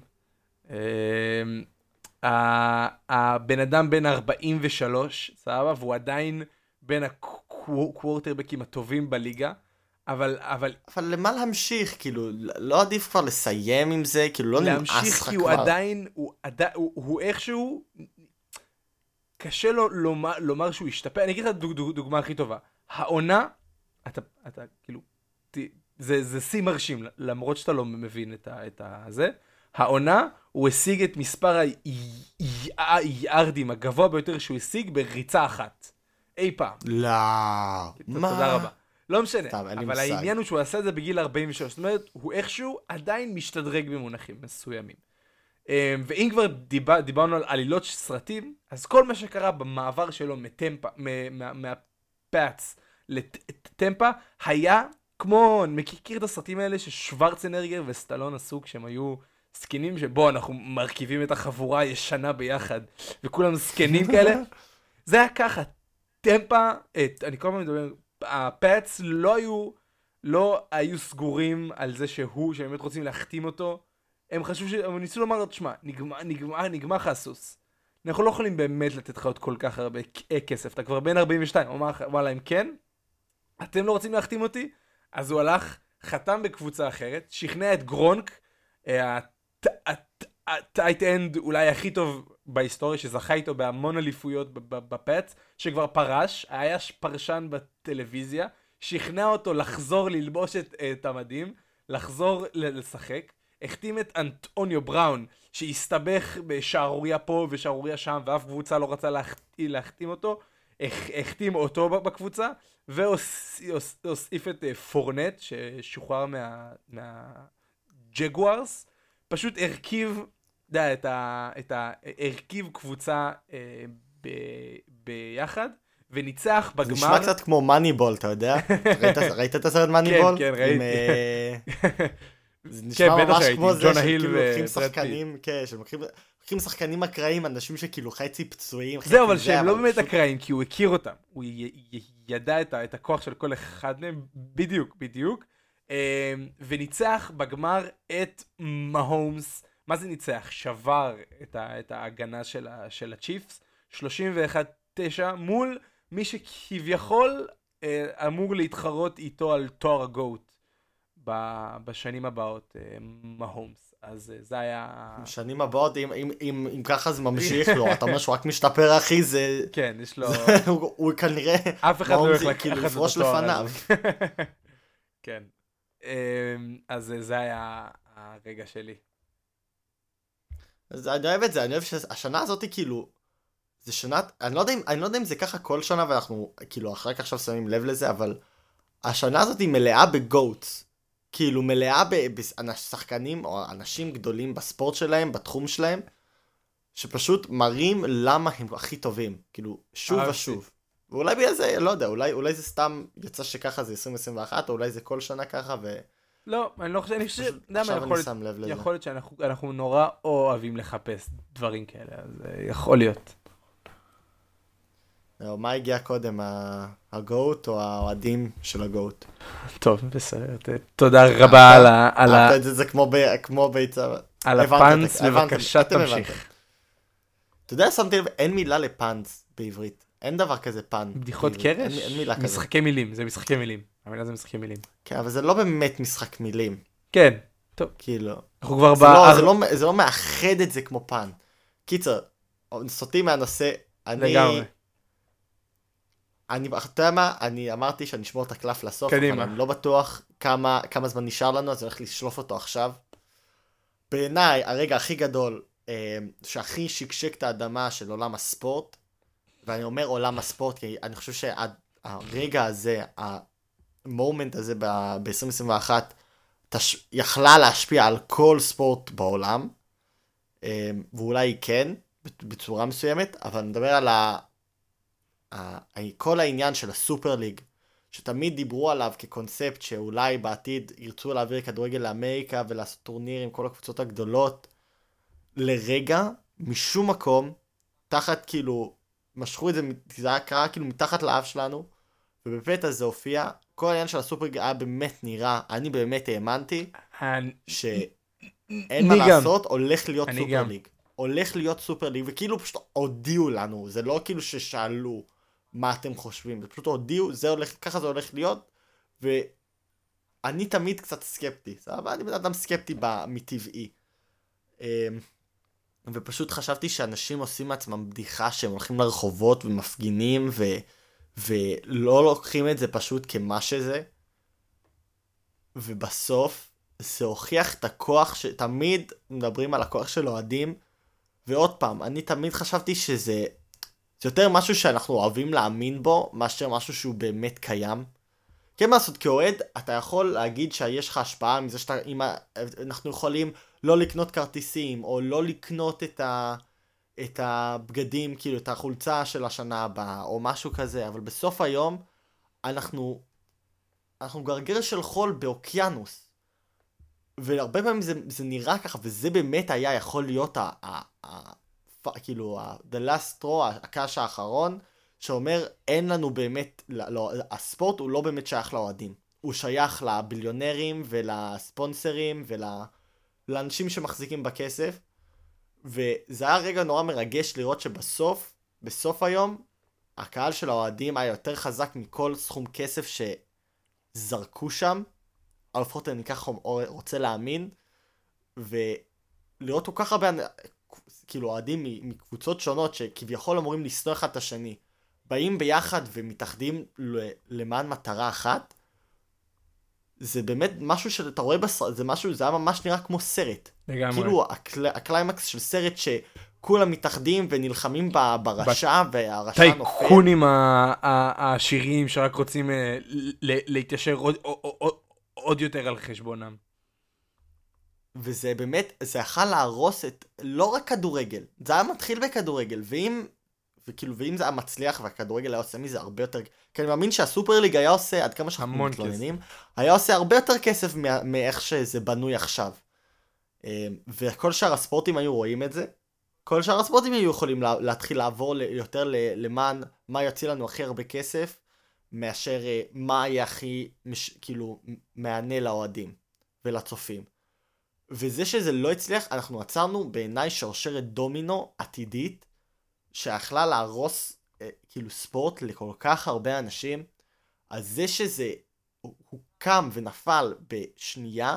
הבן אדם בן ארבעים ושלוש, סבבה, והוא עדיין בין הקוורטרבקים הטובים בליגה, אבל, אבל... אבל למה להמשיך? כאילו, לא עדיף כבר לסיים עם זה? כאילו, לא נמאס לך כבר. להמשיך כי הוא עדיין, הוא, עדיין, הוא, הוא איכשהו, קשה לו לומר, לומר שהוא ישתפר. אני אגיד לך דוג, דוג, דוגמה הכי טובה. העונה, אתה, אתה, כאילו, ת, זה, זה שיא מרשים, למרות שאתה לא מבין את ה, את ה, זה. העונה, הוא השיג את מספר היארדים הגבוה ביותר שהוא השיג בריצה אחת. אי פעם. לא. מה? תודה רבה. לא משנה. טוב, אבל העניין הוא שהוא עשה את זה בגיל ארבעים ושלוש. זאת אומרת, הוא איכשהו עדיין משתדרג במונחים מסוימים. ואם כבר דיבר, דיברנו על עלילות סרטים, אז כל מה שקרה במעבר שלו מטמפה, מהפאץ לטמפה, היה כמו, אני מכיר את הסרטים האלה ששוורצנגר וסטלון עשו כשהם היו סקינים, שבו אנחנו מרכיבים את החבורה הישנה ביחד, וכולם סקנים כאלה. זה היה ככה, טמפה, את, אני כל פעם מדבר, הפאץ לא היו, לא היו סגורים על זה שהוא, שהם באמת רוצים להחתים אותו, הם חשבו ש... הם ניסו לומר לו, תשמע, נגמר, נגמר, נגמר לך הסוס. אנחנו לא יכולים באמת לתת לך עוד כל כך הרבה כסף, אתה כבר בין ארבעים ושתיים, הוא אמר, וואלה, אם כן, אתם לא רוצים להחתים אותי? אז הוא הלך, חתם בקבוצה אחרת, שכנע את גרונק, הטייט אנד אולי הכי טוב בהיסטוריה, שזכה איתו בהמון אליפויות בפאץ, שכבר פרש, היה פרשן בטלוויזיה, שכנע אותו לחזור ללבוש את, את המדים, לחזור לשחק, החתים את אנטוניו בראון, שהסתבך בשערוריה פה ושערוריה שם, ואף קבוצה לא רצה להחתים, להחתים אותו, החתים אותו בקבוצה, והוסיף את פורנט, ששוחרר מה, מהג'גוארס, פשוט הרכיב, דה, את ה, את ה, הרכיב קבוצה אה, ב, ביחד, וניצח בגמר. זה נשמע קצת כמו מאניבול, אתה יודע? ראית, ראית את הסרט מאניבול? כן, כן, ראיתי. זה נשמע ממש כמו זה שכאילו לוקחים שחקנים, כן, שלוקחים שחקנים אקראיים, אנשים שכאילו חצי פצועים. זהו, אבל שהם לא באמת אקראיים, כי הוא הכיר אותם. הוא ידע את הכוח של כל אחד מהם, בדיוק, בדיוק. וניצח בגמר את מהומס. מה זה ניצח? שבר את ההגנה של הצ'יפס. שלושים ואחת תשע מול מי שכביכול אמור להתחרות איתו על תואר הגוט. בשנים הבאות, מהומס. אז זה היה... בשנים הבאות, אם, אם, אם, אם ככה זה ממשיך לו, אתה אומר שהוא רק משתפר, אחי, זה... כן, יש לו... הוא, הוא כנראה... אף אחד לא הולך כאילו לפרוש לפניו. כן. אז זה היה הרגע שלי. אז אני אוהב את זה, אני אוהב שהשנה הזאת כאילו... זה שנת... אני לא יודע אם, אני לא יודע אם זה ככה כל שנה, ואנחנו כאילו אחרי כך עכשיו שמים לב לזה, אבל השנה הזאת היא מלאה בגוטס. כאילו מלאה בשחקנים או אנשים גדולים בספורט שלהם, בתחום שלהם, שפשוט מראים למה הם הכי טובים, כאילו שוב ושוב. ואולי בגלל זה, לא יודע, אולי, אולי זה סתם יצא שככה זה עשרים עשרים ואחת, או אולי זה כל שנה ככה, ו... לא, אני לא חושב, אני חושב, עכשיו אני שם לב לזה. יכול להיות שאנחנו נורא אוהבים לחפש דברים כאלה, אז יכול להיות. מה הגיע קודם, הגוט או האוהדים של הגוט? טוב, בסדר, תודה רבה על ה... אהבת את זה, זה כמו ביצה. על הפאנס, בבקשה תמשיך. אתה יודע, שמתי לב, אין מילה לפאנס בעברית. אין דבר כזה פאן. בדיחות קרש? אין מילה כזה. משחקי מילים, זה משחקי מילים. המילה זה משחקי מילים. כן, אבל זה לא באמת משחק מילים. כן, טוב. כאילו. אנחנו כבר זה לא, זה לא, זה לא מאחד את זה כמו פאן. קיצר, סוטי מהנושא, אני... לגמרי. אני, אתה יודע מה, אני אמרתי שאני אשמור את הקלף לסוף, קדימה. אבל אני לא בטוח כמה, כמה זמן נשאר לנו, אז אני הולך לשלוף אותו עכשיו. בעיניי, הרגע הכי גדול, אה, שהכי שקשק את האדמה של עולם הספורט, ואני אומר עולם הספורט, כי אני חושב שהרגע הזה, המומנט הזה ב-עשרים עשרים ואחת, תש... יכלה להשפיע על כל ספורט בעולם, אה, ואולי כן, בצורה מסוימת, אבל אני מדבר על ה... כל העניין של הסופר ליג, שתמיד דיברו עליו כקונספט שאולי בעתיד ירצו להעביר כדורגל לאמריקה ולעשות טורניר עם כל הקבוצות הגדולות, לרגע, משום מקום, תחת כאילו, משכו את זה, זה היה קרה כאילו מתחת לאף שלנו, ובפתע זה הופיע, כל העניין של הסופר ליג היה באמת נראה, אני באמת האמנתי, שאין מה לעשות, הולך להיות סופר ליג. הולך להיות סופר ליג, וכאילו פשוט הודיעו לנו, זה לא כאילו ששאלו מה אתם חושבים, זה פשוט הודיעו, זה הולך, ככה זה הולך להיות, ואני תמיד קצת סקפטי, אבל אני בן אדם סקפטי מטבעי. ופשוט חשבתי שאנשים עושים מעצמם בדיחה שהם הולכים לרחובות ומפגינים, ו... ולא לוקחים את זה פשוט כמה שזה, ובסוף זה הוכיח את הכוח, שתמיד מדברים על הכוח של אוהדים, ועוד פעם, אני תמיד חשבתי שזה זה יותר משהו שאנחנו אוהבים להאמין בו, מאשר משהו שהוא באמת קיים. כן, מה לעשות, כאוהד, אתה יכול להגיד שיש לך השפעה מזה שאתה, אם אנחנו יכולים לא לקנות כרטיסים, או לא לקנות את, ה, את הבגדים, כאילו את החולצה של השנה הבאה, או משהו כזה, אבל בסוף היום, אנחנו, אנחנו גרגר של חול באוקיינוס. והרבה פעמים זה, זה נראה ככה, וזה באמת היה יכול להיות ה... ה, ה כאילו, the last straw, הקש האחרון, שאומר, אין לנו באמת, לא, הספורט הוא לא באמת שייך לאוהדים. הוא שייך לביליונרים ולספונסרים ולאנשים שמחזיקים בכסף. וזה היה רגע נורא מרגש לראות שבסוף, בסוף היום, הקהל של האוהדים היה יותר חזק מכל סכום כסף שזרקו שם. אבל לפחות אני ככה רוצה להאמין, ולראות כל כך הרבה כאילו אוהדים מקבוצות שונות שכביכול אמורים לשנוא אחד את השני, באים ביחד ומתאחדים למען מטרה אחת, זה באמת משהו שאתה רואה בסרט, זה משהו, זה היה ממש נראה כמו סרט. לגמרי. כאילו הקל, הקליימקס של סרט שכולם מתאחדים ונלחמים ברשע, והרשע נופל. טייקונים העשירים שרק רוצים להתיישר עוד, עוד, עוד יותר על חשבונם. וזה באמת, זה יכול להרוס את, לא רק כדורגל, זה היה מתחיל בכדורגל, ואם, וכאילו, ואם זה היה מצליח והכדורגל היה עושה מזה הרבה יותר, כי אני מאמין שהסופר ליג היה עושה, עד כמה שאנחנו מתלוננים, היה עושה הרבה יותר כסף מאיך שזה בנוי עכשיו. וכל שאר הספורטים היו רואים את זה, כל שאר הספורטים היו יכולים להתחיל לעבור יותר למען מה יוציא לנו הכי הרבה כסף, מאשר מה יהיה הכי, כאילו, מענה לאוהדים ולצופים. וזה שזה לא הצליח, אנחנו עצרנו בעיניי שרשרת דומינו עתידית, שיכלה להרוס אה, כאילו ספורט לכל כך הרבה אנשים. אז זה שזה הוא קם ונפל בשנייה,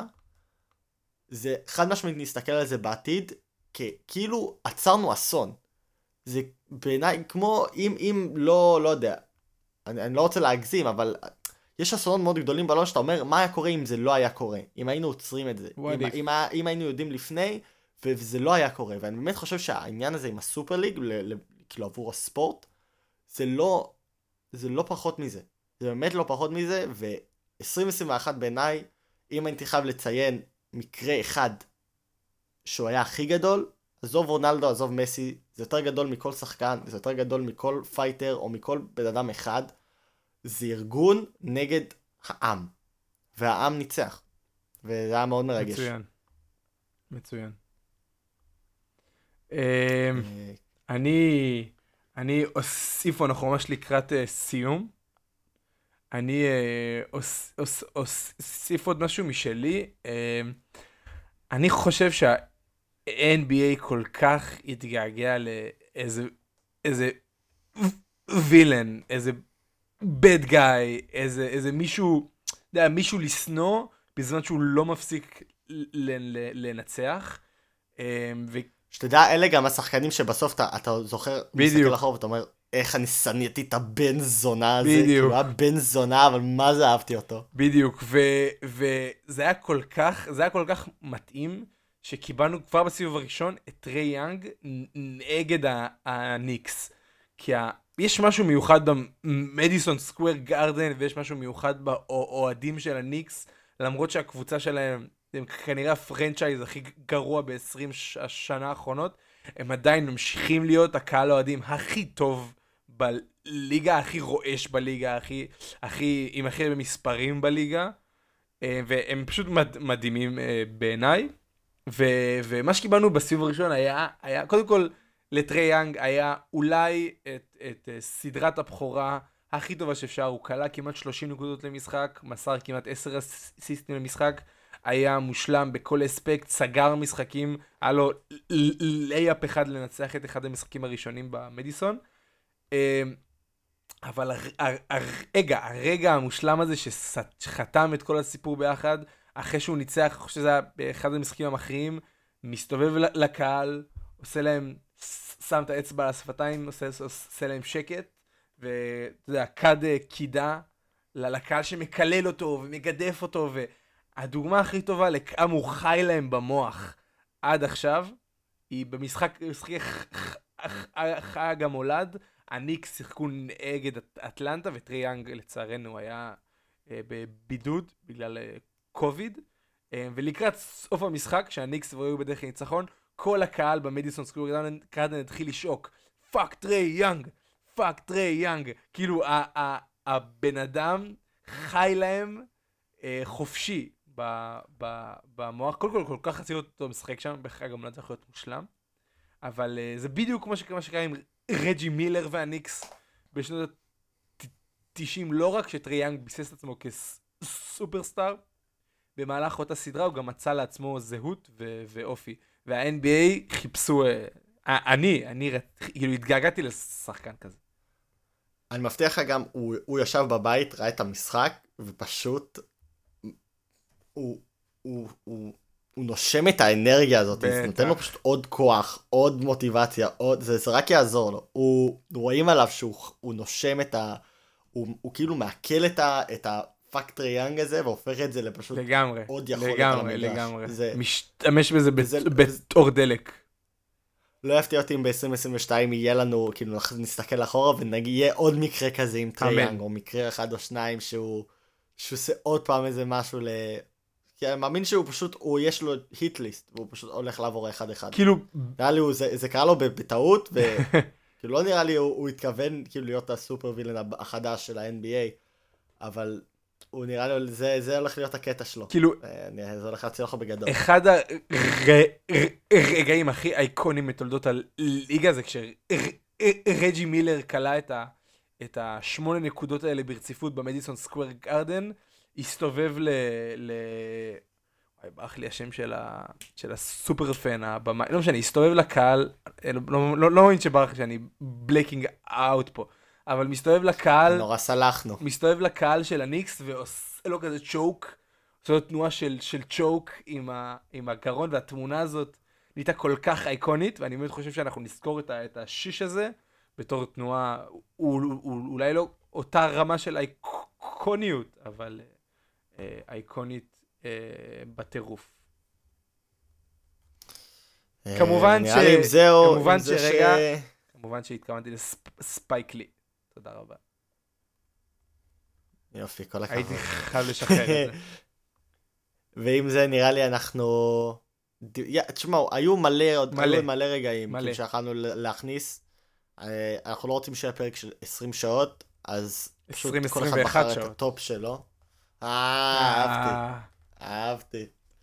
זה חד משמעית נסתכל על זה בעתיד, כאילו עצרנו אסון. זה בעיניי כמו אם, אם לא, לא יודע, אני, אני לא רוצה להגזים, אבל יש אסונות מאוד גדולים בעולם שאתה אומר, מה היה קורה אם זה לא היה קורה? אם היינו עוצרים את זה. אם, אם, אם היינו יודעים לפני, וזה לא היה קורה. ואני באמת חושב שהעניין הזה עם הסופר ליג, ל, ל, כאילו עבור הספורט, זה לא, זה לא פחות מזה. זה באמת לא פחות מזה, ו-עשרים עשרים ואחת בעיניי, אם הייתי חייב לציין מקרה אחד, שהוא היה הכי גדול, עזוב רונלדו, עזוב מסי, זה יותר גדול מכל שחקן, זה יותר גדול מכל פייטר או מכל בן אדם אחד. זה ארגון נגד העם. והעם ניצח. וזה היה מאוד מרגש. מצוין. מצוין. אני, אני אוסיף, אנחנו ממש לקראת סיום. אני אוסיף עוד משהו משלי. אני חושב שה-אן בי איי כל כך התגעגע לאיזה איזה וילן, איזה bad guy, איזה, איזה מישהו, יודע, מישהו לסנוע, בזמן שהוא לא מפסיק לנצח. שתדע, אלה גם השחקנים שבסוף אתה, אתה זוכר, בדיוק. מסתכל אחורה ואתה אומר, איך אני שניתי את הבן זונה הזה, בדיוק. כאילו היה בן זונה, אבל מה זה אהבתי אותו. בדיוק, ו- וזה היה כל כך, זה היה כל כך מתאים, שקיבלנו כבר בסיבוב הראשון את טריי יאנג נגד הניקס. כי ה- יש משהו מיוחד במדיסון סקוואר גארדן, ויש משהו מיוחד באוהדים של הניקס, למרות שהקבוצה שלהם, הם כנראה הפרנצ'ייז הכי גרוע ב-עשרים השנה האחרונות, הם עדיין ממשיכים להיות הקהל האוהדים הכי טוב בליגה, הכי רועש בליגה, הכי, הכי, עם הכי במספרים בליגה, והם פשוט מד, מדהימים בעיניי. ו, ומה שקיבלנו בסיבוב הראשון היה, היה קודם כל, לטריי יאנג היה אולי את, את סדרת הבכורה הכי טובה שאפשר, הוא קלה כמעט שלושים נקודות למשחק, מסר כמעט עשר אסיסטים למשחק, היה מושלם בכל אספקט, סגר משחקים, היה לו לייפ אחד לנצח את אחד המשחקים הראשונים במדיסון. אבל הרגע, הרגע המושלם הזה שחתם את כל הסיפור ביחד, אחרי שהוא ניצח, אני חושב שזה היה באחד המשחקים המכריעים, מסתובב לקהל, עושה להם, שם את האצבע על השפתיים, עושה, עושה להם שקט, ואתה יודע, קד קידה לקהל שמקלל אותו ומגדף אותו, והדוגמה הכי טובה לכמה הוא חי להם במוח עד עכשיו, היא במשחק, משחקי חג המולד, הניקס שיחקו נגד אטלנטה, וטריי יאנג לצערנו היה בבידוד בגלל קוביד, ולקראת סוף המשחק, שהניקס היו בדרך לניצחון, כל הקהל במדיסון סקוואר גארדן התחיל לשוק, פאק טריי יאנג, פאק טריי יאנג, כאילו הבן אדם חי להם חופשי במוח, כל כל כל כך רציתי אותו משחק שם, בחג המולד זה יכול להיות מושלם, אבל זה בדיוק כמו שקרה עם רג'י מילר והניקס בשנות ה-תשעים, לא רק שטריי יאנג ביסס את עצמו כסופרסטאר, במהלך אותה סדרה הוא גם מצא לעצמו זהות ו- ואופי. וה-אן בי איי חיפשו, אני, אני כאילו התגעגעתי לשחקן כזה. אני מבטיח לך גם, הוא, הוא ישב בבית, ראה את המשחק, ופשוט, הוא, הוא, הוא, הוא נושם את האנרגיה הזאת, זה נותן לו פשוט עוד כוח, עוד מוטיבציה, עוד, זה, זה רק יעזור לו. הוא, רואים עליו שהוא הוא נושם את ה... הוא, הוא כאילו מעכל את ה... את ה פאק טריי יאנג הזה, והופך את זה לפשוט לגמרי, עוד יכולת לגמרי, על המגרש. לגמרי. זה... משתמש בזה וזה... בתור דלק. לא יפתיע אותי אם ב-עשרים עשרים ושתיים יהיה לנו, כאילו נסתכל אחורה, ויהיה עוד מקרה כזה עם טריי יאנג, או מקרה אחד או שניים, שהוא, שהוא עושה עוד פעם איזה משהו ל... כי אני מאמין שהוא פשוט, הוא יש לו היט ליסט, והוא פשוט הולך לעבור אחד אחד. כאילו... נראה לי, הוא, זה, זה קרה לו בטעות, וכאילו לא נראה לי, הוא, הוא התכוון כאילו להיות הסופר וילן החדש של ה-אן בי איי, אבל... הוא נראה לי, זה, זה הולך להיות הקטע שלו. כאילו... זה הולך להציל לך בגדול. אחד הרגעים הכי אייקונים בתולדות הליגה זה כשרג'י מילר קלה את, ה, את השמונה נקודות האלה ברציפות במדיסון סקוואר גארדן, הסתובב ל... ל... וואי, ברח לי השם של, ה, של הסופר פן, הבמה, לא משנה, הסתובב לקהל, לא, לא, לא מאמין שברח שאני בלייקינג אאוט פה. אבל מסתובב לקהל, נורא סלחנו. מסתובב לקהל של הניקס ועושה לו כזה צ'וק, עושה לו תנועה של, של צ'וק עם, ה, עם הגרון, והתמונה הזאת נהייתה כל כך אייקונית, ואני באמת חושב שאנחנו נזכור את, ה, את השיש הזה, בתור תנועה, הוא, הוא, הוא, אולי לא אותה רמה של אייקוניות, אבל אה, אייקונית אה, בטירוף. אה, כמובן ש... נראה לי אם זהו, כמובן אם זה שרגע, ש... כמובן שהתכוונתי לספייק לי. תודה רבה. יופי, כל הכבוד. הייתי חייב לשחרר את זה. ועם זה נראה לי אנחנו תשמעו, היו מלא, עוד מלא, מלא רגעים, מלא. שיכולנו להכניס, אנחנו לא רוצים שיהיה פרק של עשרים שעות, אז פשוט כל אחד בחר את הטופ שלו. אה, אהבתי, אהבתי.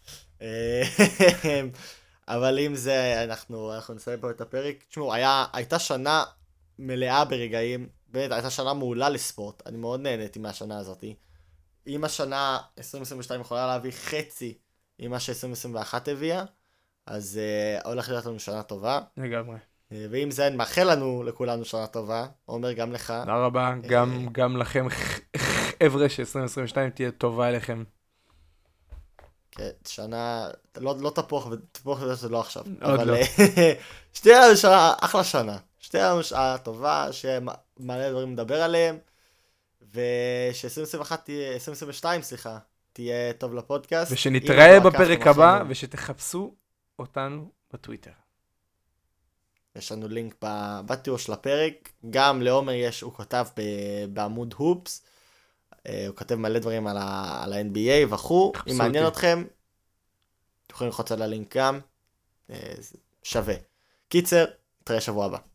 אבל אם זה, אנחנו, אנחנו נסיים פה את הפרק. תשמעו, היה, הייתה שנה מלאה ברגעים, באמת, הייתה שנה מעולה לספורט, אני מאוד נהניתי מהשנה הזאת. אם השנה עשרים עשרים ושתיים יכולה להביא חצי עם מה ש-עשרים עשרים ואחת הביאה, אז uh, הולך להיות לנו שנה טובה. לגמרי. Uh, ואם זה מאחל לנו לכולנו שנה טובה, אומר גם לך. תודה רבה, uh, גם, גם לכם, חבר'ה ש-עשרים עשרים ושתיים תהיה טובה אליכם. כן, שנה, לא, לא תפוח, ותפוח את זה לא עכשיו. עוד אבל, לא. שתהיה לנו שנה, אחלה שנה. שתהיה לנו שנה טובה, שמלא דברים לדבר עליהם, וש-עשרים עשרים ואחת תהיה, עשרים עשרים ושתיים, סליחה, תהיה טוב לפודקאסט. ושנתראה בפרק הבא, ושתחפשו אותנו בטוויטר. יש לנו לינק בתיאור של הפרק, גם לעומר יש, הוא כותב בעמוד הופס, הוא כותב מלא דברים על ה-אן בי איי וכו', אם מעניין אתכם, אתם יכולים ללחוץ על הלינק גם, שווה. קיצר, נתראה שבוע הבא.